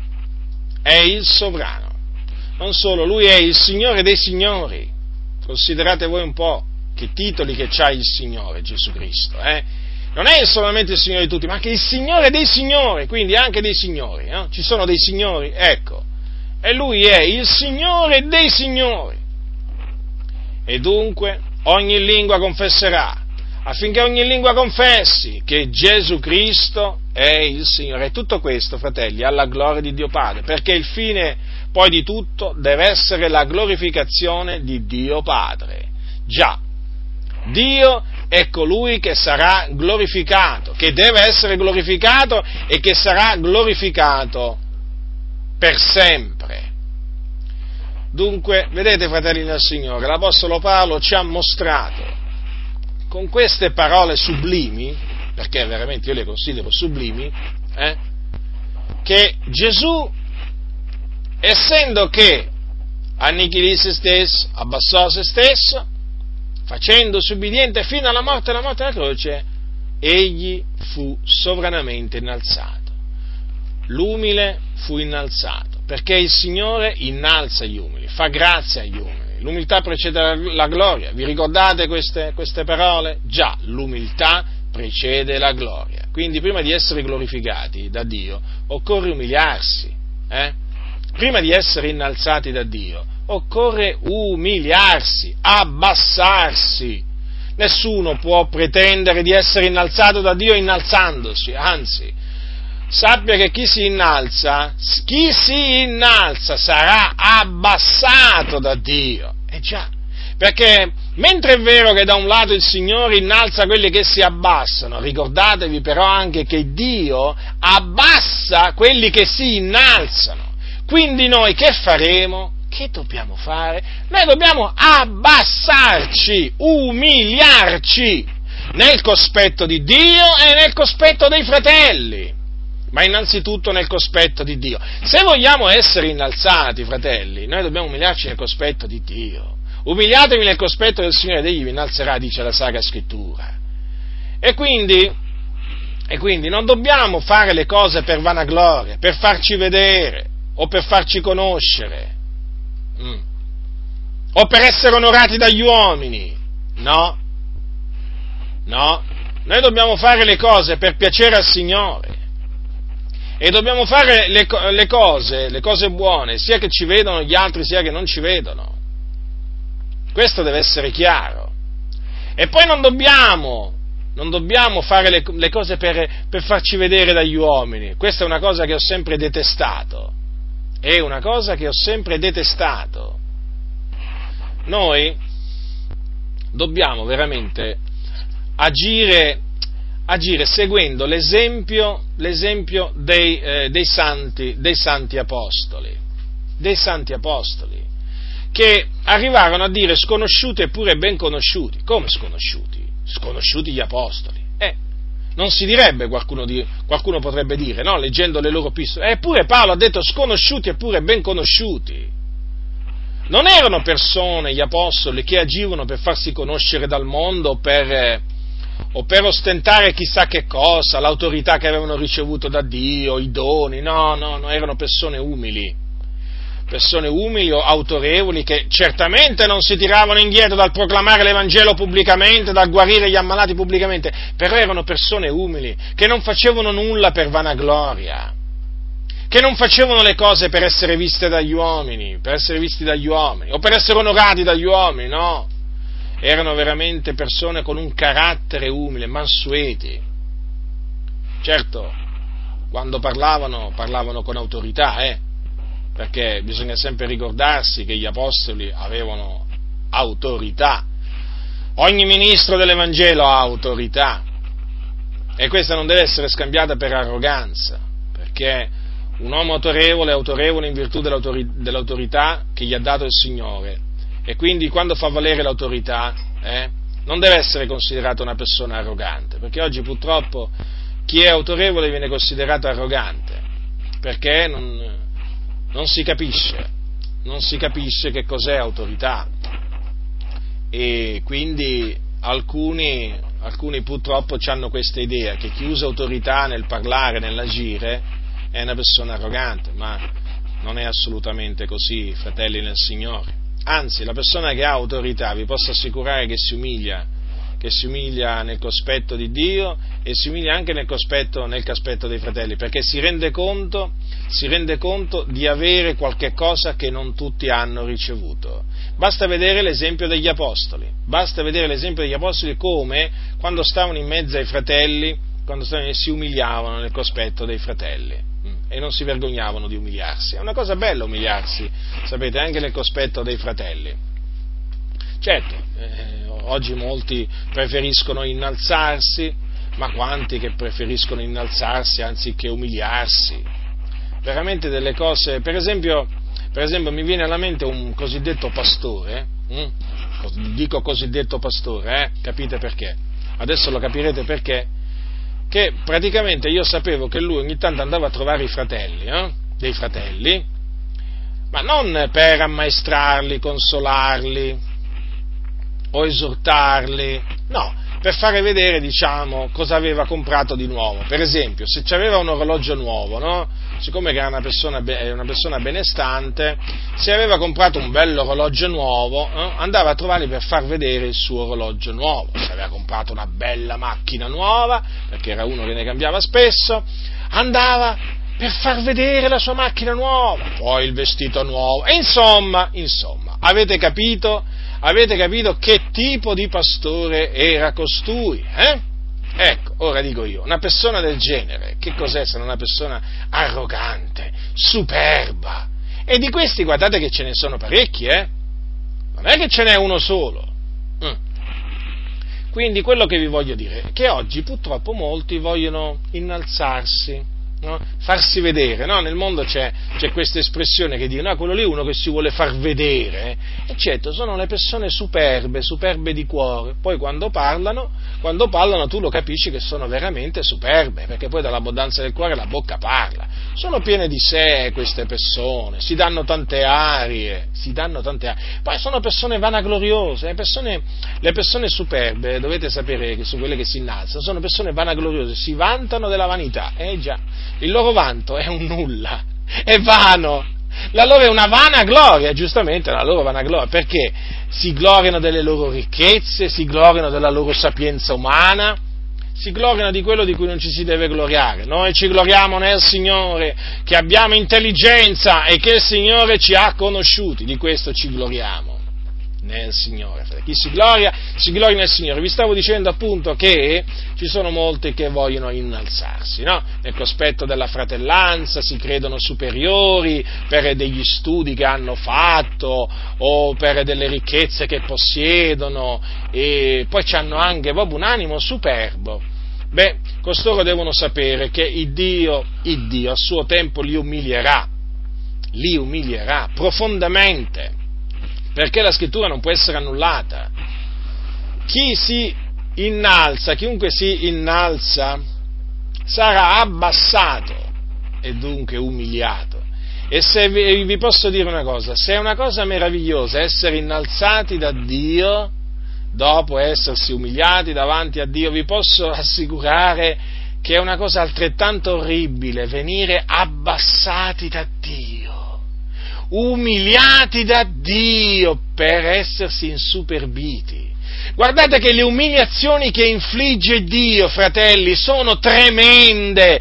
Non solo, Lui è il Signore dei signori. Considerate voi un po' che titoli che c'ha il Signore Gesù Cristo, Non è solamente il Signore di tutti, ma anche il Signore dei signori, quindi anche dei signori, Ci sono dei signori, ecco, e Lui è il Signore dei signori. E dunque ogni lingua confesserà, affinché ogni lingua confessi che Gesù Cristo è il Signore. E tutto questo, fratelli, alla gloria di Dio Padre, perché il fine poi di tutto deve essere la glorificazione di Dio Padre. Già, Dio è colui che sarà glorificato, che deve essere glorificato e che sarà glorificato per sempre. Dunque, vedete, fratelli del Signore, l'Apostolo Paolo ci ha mostrato con queste parole sublimi, perché veramente io le considero sublimi, che Gesù, essendo che annichilì se stesso, abbassò se stesso, facendosi ubbidiente fino alla morte della croce, egli fu sovranamente innalzato. L'umile fu innalzato, perché il Signore innalza gli umili, fa grazia agli umili. L'umiltà precede la gloria. Vi ricordate queste parole? Già, l'umiltà precede la gloria. Quindi prima di essere glorificati da Dio occorre umiliarsi. Prima di essere innalzati da Dio occorre umiliarsi, abbassarsi. Nessuno può pretendere di essere innalzato da Dio innalzandosi, anzi, sappia che chi si innalza sarà abbassato da Dio. Già, perché mentre è vero che da un lato il Signore innalza quelli che si abbassano, ricordatevi però anche che Dio abbassa quelli che si innalzano. Quindi noi che faremo? Che dobbiamo fare? Noi dobbiamo abbassarci, umiliarci nel cospetto di Dio e nel cospetto dei fratelli, ma innanzitutto nel cospetto di Dio. Se vogliamo essere innalzati, fratelli, noi dobbiamo umiliarci nel cospetto di Dio. Umiliatevi nel cospetto del Signore ed egli vi innalzerà, dice la Sacra Scrittura. E quindi non dobbiamo fare le cose per vanagloria, per farci vedere o per farci conoscere, o per essere onorati dagli uomini. No, noi dobbiamo fare le cose per piacere al Signore. E dobbiamo fare le cose buone, sia che ci vedono gli altri, sia che non ci vedono. Questo deve essere chiaro. E poi non dobbiamo Non dobbiamo fare le cose per farci vedere dagli uomini. Questa è una cosa che ho sempre detestato. È una cosa che ho sempre detestato. Noi dobbiamo veramente agire seguendo l'esempio dei santi apostoli, che arrivarono a dire sconosciuti eppure ben conosciuti. Come sconosciuti? Sconosciuti gli apostoli. Non si direbbe, qualcuno potrebbe dire, no? Leggendo le loro epistole. Eppure Paolo ha detto sconosciuti eppure ben conosciuti. Non erano persone, gli apostoli, che agivano per farsi conoscere dal mondo o per ostentare chissà che cosa, l'autorità che avevano ricevuto da Dio, i doni. No, erano persone umili o autorevoli, che certamente non si tiravano indietro dal proclamare l'Evangelo pubblicamente, dal guarire gli ammalati pubblicamente, però erano persone umili, che non facevano nulla per vanagloria, che non facevano le cose per essere viste dagli uomini, o per essere onorati dagli uomini, no. Erano veramente persone con un carattere umile, mansueti. Certo, quando parlavano con autorità, perché bisogna sempre ricordarsi che gli apostoli avevano autorità. Ogni ministro dell'Evangelo ha autorità, e questa non deve essere scambiata per arroganza, perché un uomo autorevole è autorevole in virtù dell'autorità che gli ha dato il Signore, e quindi quando fa valere l'autorità non deve essere considerato una persona arrogante, perché oggi purtroppo chi è autorevole viene considerato arrogante, perché non si capisce che cos'è autorità, e quindi alcuni purtroppo hanno questa idea che chi usa autorità nel parlare, nell'agire, è una persona arrogante, ma non è assolutamente così, fratelli nel Signore. Anzi, la persona che ha autorità, vi posso assicurare che si umilia nel cospetto di Dio, e si umilia anche nel cospetto dei fratelli, perché si rende conto di avere qualche cosa che non tutti hanno ricevuto. Basta vedere l'esempio degli apostoli, come quando stavano in mezzo ai fratelli, si umiliavano nel cospetto dei fratelli, e non si vergognavano di umiliarsi. È una cosa bella umiliarsi, sapete, anche nel cospetto dei fratelli. Certo, oggi molti preferiscono innalzarsi, ma quanti che preferiscono innalzarsi anziché umiliarsi? Veramente delle cose, per esempio mi viene alla mente un cosiddetto pastore, dico cosiddetto pastore, capite perché? Adesso lo capirete perché, che praticamente io sapevo che lui ogni tanto andava a trovare dei fratelli, ma non per ammaestrarli, consolarli o esortarli, no, per fare vedere, cosa aveva comprato di nuovo. Per esempio, se c'aveva un orologio nuovo, no? Siccome era una persona benestante, se aveva comprato un bello orologio nuovo, andava a trovarli per far vedere il suo orologio nuovo. Se aveva comprato una bella macchina nuova, perché era uno che ne cambiava spesso, andava per far vedere la sua macchina nuova, poi il vestito nuovo, e insomma, avete capito che tipo di pastore era costui? Ecco, ora dico io, una persona del genere, che cos'è se non una persona arrogante, superba? E di questi guardate che ce ne sono parecchi, non è che ce n'è uno solo. Quindi quello che vi voglio dire è che oggi purtroppo molti vogliono innalzarsi, no? Farsi vedere, no? Nel mondo c'è questa espressione che dice, no, quello lì è uno che si vuole far vedere, e certo, sono le persone superbe di cuore, poi quando parlano tu lo capisci che sono veramente superbe, perché poi dall'abbondanza del cuore la bocca parla, sono piene di sé queste persone, si danno tante arie, poi sono persone vanagloriose, le persone superbe, dovete sapere che sono quelle che si innalzano, sono persone vanagloriose, si vantano della vanità, già, il loro vanto è un nulla, è vano, la loro è una vana gloria, giustamente la loro vana gloria, perché si gloriano delle loro ricchezze, si gloriano della loro sapienza umana, si gloriano di quello di cui non ci si deve gloriare. Noi ci gloriamo nel Signore, che abbiamo intelligenza e che il Signore ci ha conosciuti, di questo ci gloriamo. nel Signore. Chi si gloria nel Signore. Vi stavo dicendo appunto che ci sono molti che vogliono innalzarsi, no? Nel cospetto della fratellanza, si credono superiori per degli studi che hanno fatto o per delle ricchezze che possiedono, e poi hanno anche proprio un animo superbo. Beh, costoro devono sapere che il Dio a suo tempo li umilierà profondamente, perché la scrittura non può essere annullata. Chiunque si innalza sarà abbassato e dunque umiliato. E se vi posso dire una cosa, se è una cosa meravigliosa essere innalzati da Dio, dopo essersi umiliati davanti a Dio, vi posso assicurare che è una cosa altrettanto orribile venire abbassati da Dio, umiliati da Dio per essersi insuperbiti. Guardate che le umiliazioni che infligge Dio, fratelli, sono tremende.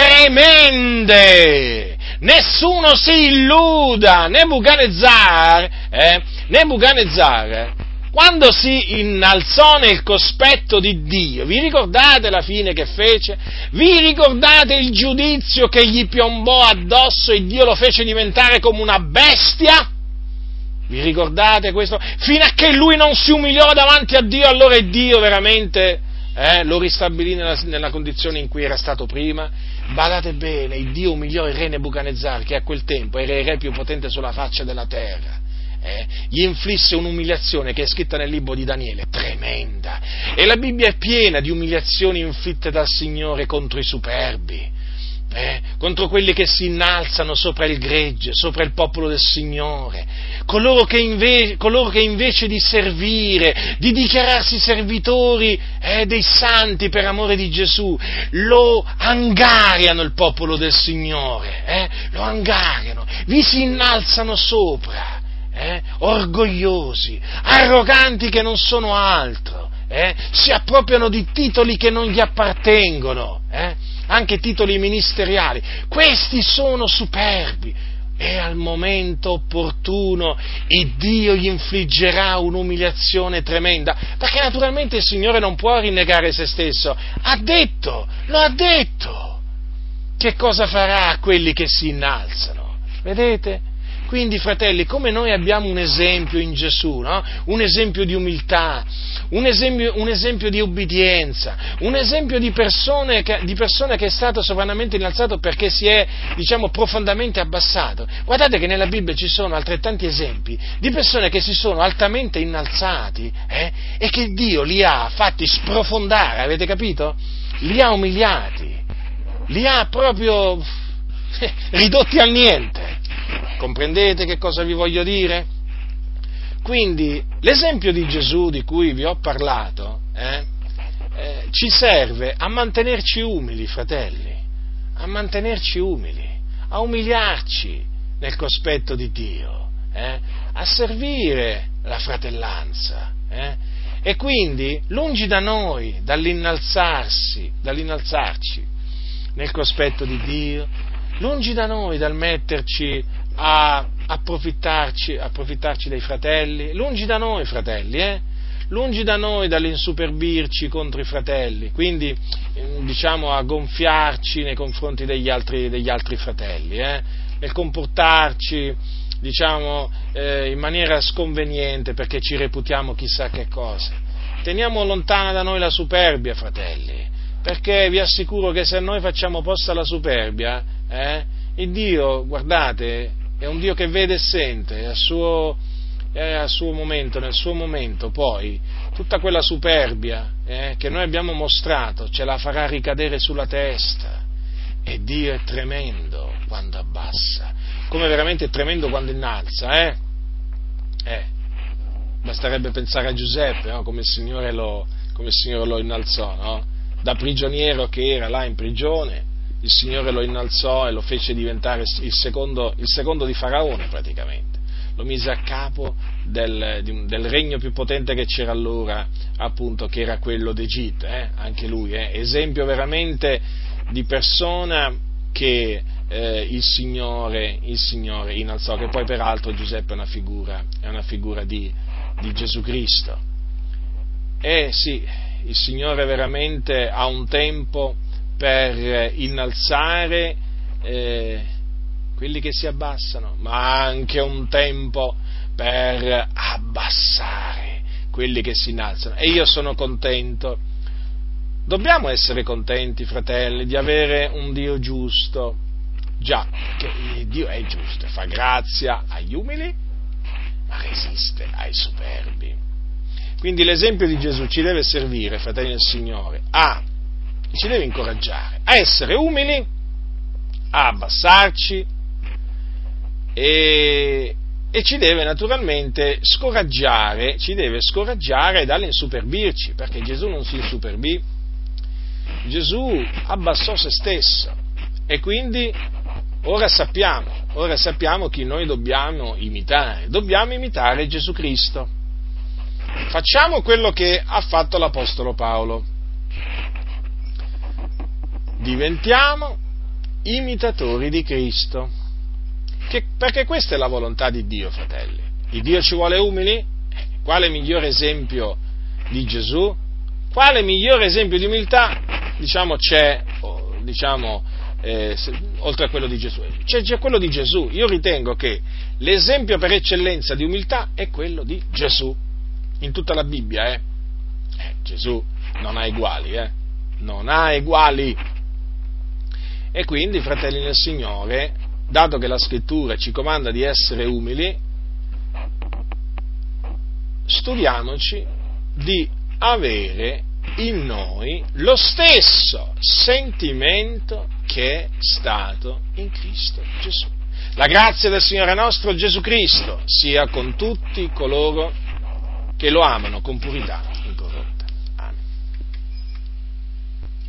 Nessuno si illuda. Nebuchadnezzar, quando si innalzò nel cospetto di Dio, vi ricordate la fine che fece? Vi ricordate il giudizio che gli piombò addosso e Dio lo fece diventare come una bestia? Vi ricordate questo? Fino a che lui non si umiliò davanti a Dio, allora Dio veramente lo ristabilì nella condizione in cui era stato prima. Badate bene, il Dio umiliò il re Nebuchadnezzar, che a quel tempo era il re più potente sulla faccia della terra. Gli inflisse un'umiliazione che è scritta nel libro di Daniele, tremenda, e la Bibbia è piena di umiliazioni inflitte dal Signore contro i superbi, contro quelli che si innalzano sopra il gregge, sopra il popolo del Signore, coloro che invece di servire, di dichiararsi servitori dei santi per amore di Gesù, lo angariano il popolo del Signore, lo angariano, vi si innalzano sopra. Orgogliosi, arroganti che non sono altro, si appropriano di titoli che non gli appartengono, anche titoli ministeriali. Questi sono superbi e al momento opportuno il Dio gli infliggerà un'umiliazione tremenda, perché naturalmente il Signore non può rinnegare se stesso, lo ha detto, che cosa farà a quelli che si innalzano, vedete? Quindi, fratelli, come noi abbiamo un esempio in Gesù, no? Un esempio di umiltà, un esempio di obbedienza, un esempio di persona che è stato sovranamente innalzato perché si è, profondamente abbassato. Guardate che nella Bibbia ci sono altrettanti esempi di persone che si sono altamente innalzati e che Dio li ha fatti sprofondare, avete capito? Li ha umiliati, li ha proprio ridotti al niente. Comprendete che cosa vi voglio dire? Quindi l'esempio di Gesù di cui vi ho parlato ci serve a mantenerci umili, fratelli, a mantenerci umili, a umiliarci nel cospetto di Dio, a servire la fratellanza. E quindi lungi da noi dall'innalzarci nel cospetto di Dio, lungi da noi dal metterci a approfittarci dei fratelli, lungi da noi, fratelli, lungi da noi dall'insuperbirci contro i fratelli, quindi a gonfiarci nei confronti degli altri fratelli, nel comportarci in maniera sconveniente perché ci reputiamo chissà che cosa. Teniamo lontana da noi la superbia, fratelli, perché vi assicuro che se noi facciamo posto alla superbia, il Dio, guardate, è un Dio che vede e sente, e nel suo momento poi tutta quella superbia che noi abbiamo mostrato ce la farà ricadere sulla testa. E Dio è tremendo quando abbassa, come veramente è tremendo quando innalza, basterebbe pensare a Giuseppe, no? Come il Signore lo innalzò, no? Da prigioniero che era là in prigione, il Signore lo innalzò e lo fece diventare il secondo di Faraone praticamente, lo mise a capo del regno più potente che c'era allora, appunto, che era quello d'Egitto, anche lui, esempio veramente di persona che il Signore innalzò, che poi peraltro Giuseppe è una figura di Gesù Cristo. E sì, il Signore veramente ha un tempo per innalzare quelli che si abbassano, ma anche un tempo per abbassare quelli che si innalzano. E io sono contento. Dobbiamo essere contenti, fratelli, di avere un Dio giusto. Già, perché Dio è giusto, fa grazia agli umili, ma resiste ai superbi. Quindi l'esempio di Gesù ci deve servire, fratelli del Signore, ci deve incoraggiare a essere umili, a abbassarci e ci deve naturalmente scoraggiare dall'insuperbirci, perché Gesù non si insuperbì, Gesù abbassò se stesso e quindi ora sappiamo chi noi dobbiamo imitare Gesù Cristo. Facciamo quello che ha fatto l'Apostolo Paolo. Diventiamo imitatori di Cristo. Perché questa è la volontà di Dio, fratelli. Il Dio ci vuole umili? Quale migliore esempio di Gesù? Quale migliore esempio di umiltà? Oltre a quello di Gesù. C'è quello di Gesù. Io ritengo che l'esempio per eccellenza di umiltà è quello di Gesù. In tutta la Bibbia, Gesù non ha eguali, non ha eguali. E quindi, fratelli nel Signore, dato che la Scrittura ci comanda di essere umili, studiamoci di avere in noi lo stesso sentimento che è stato in Cristo Gesù. La grazia del Signore nostro Gesù Cristo sia con tutti coloro che lo amano con purità incorrotta.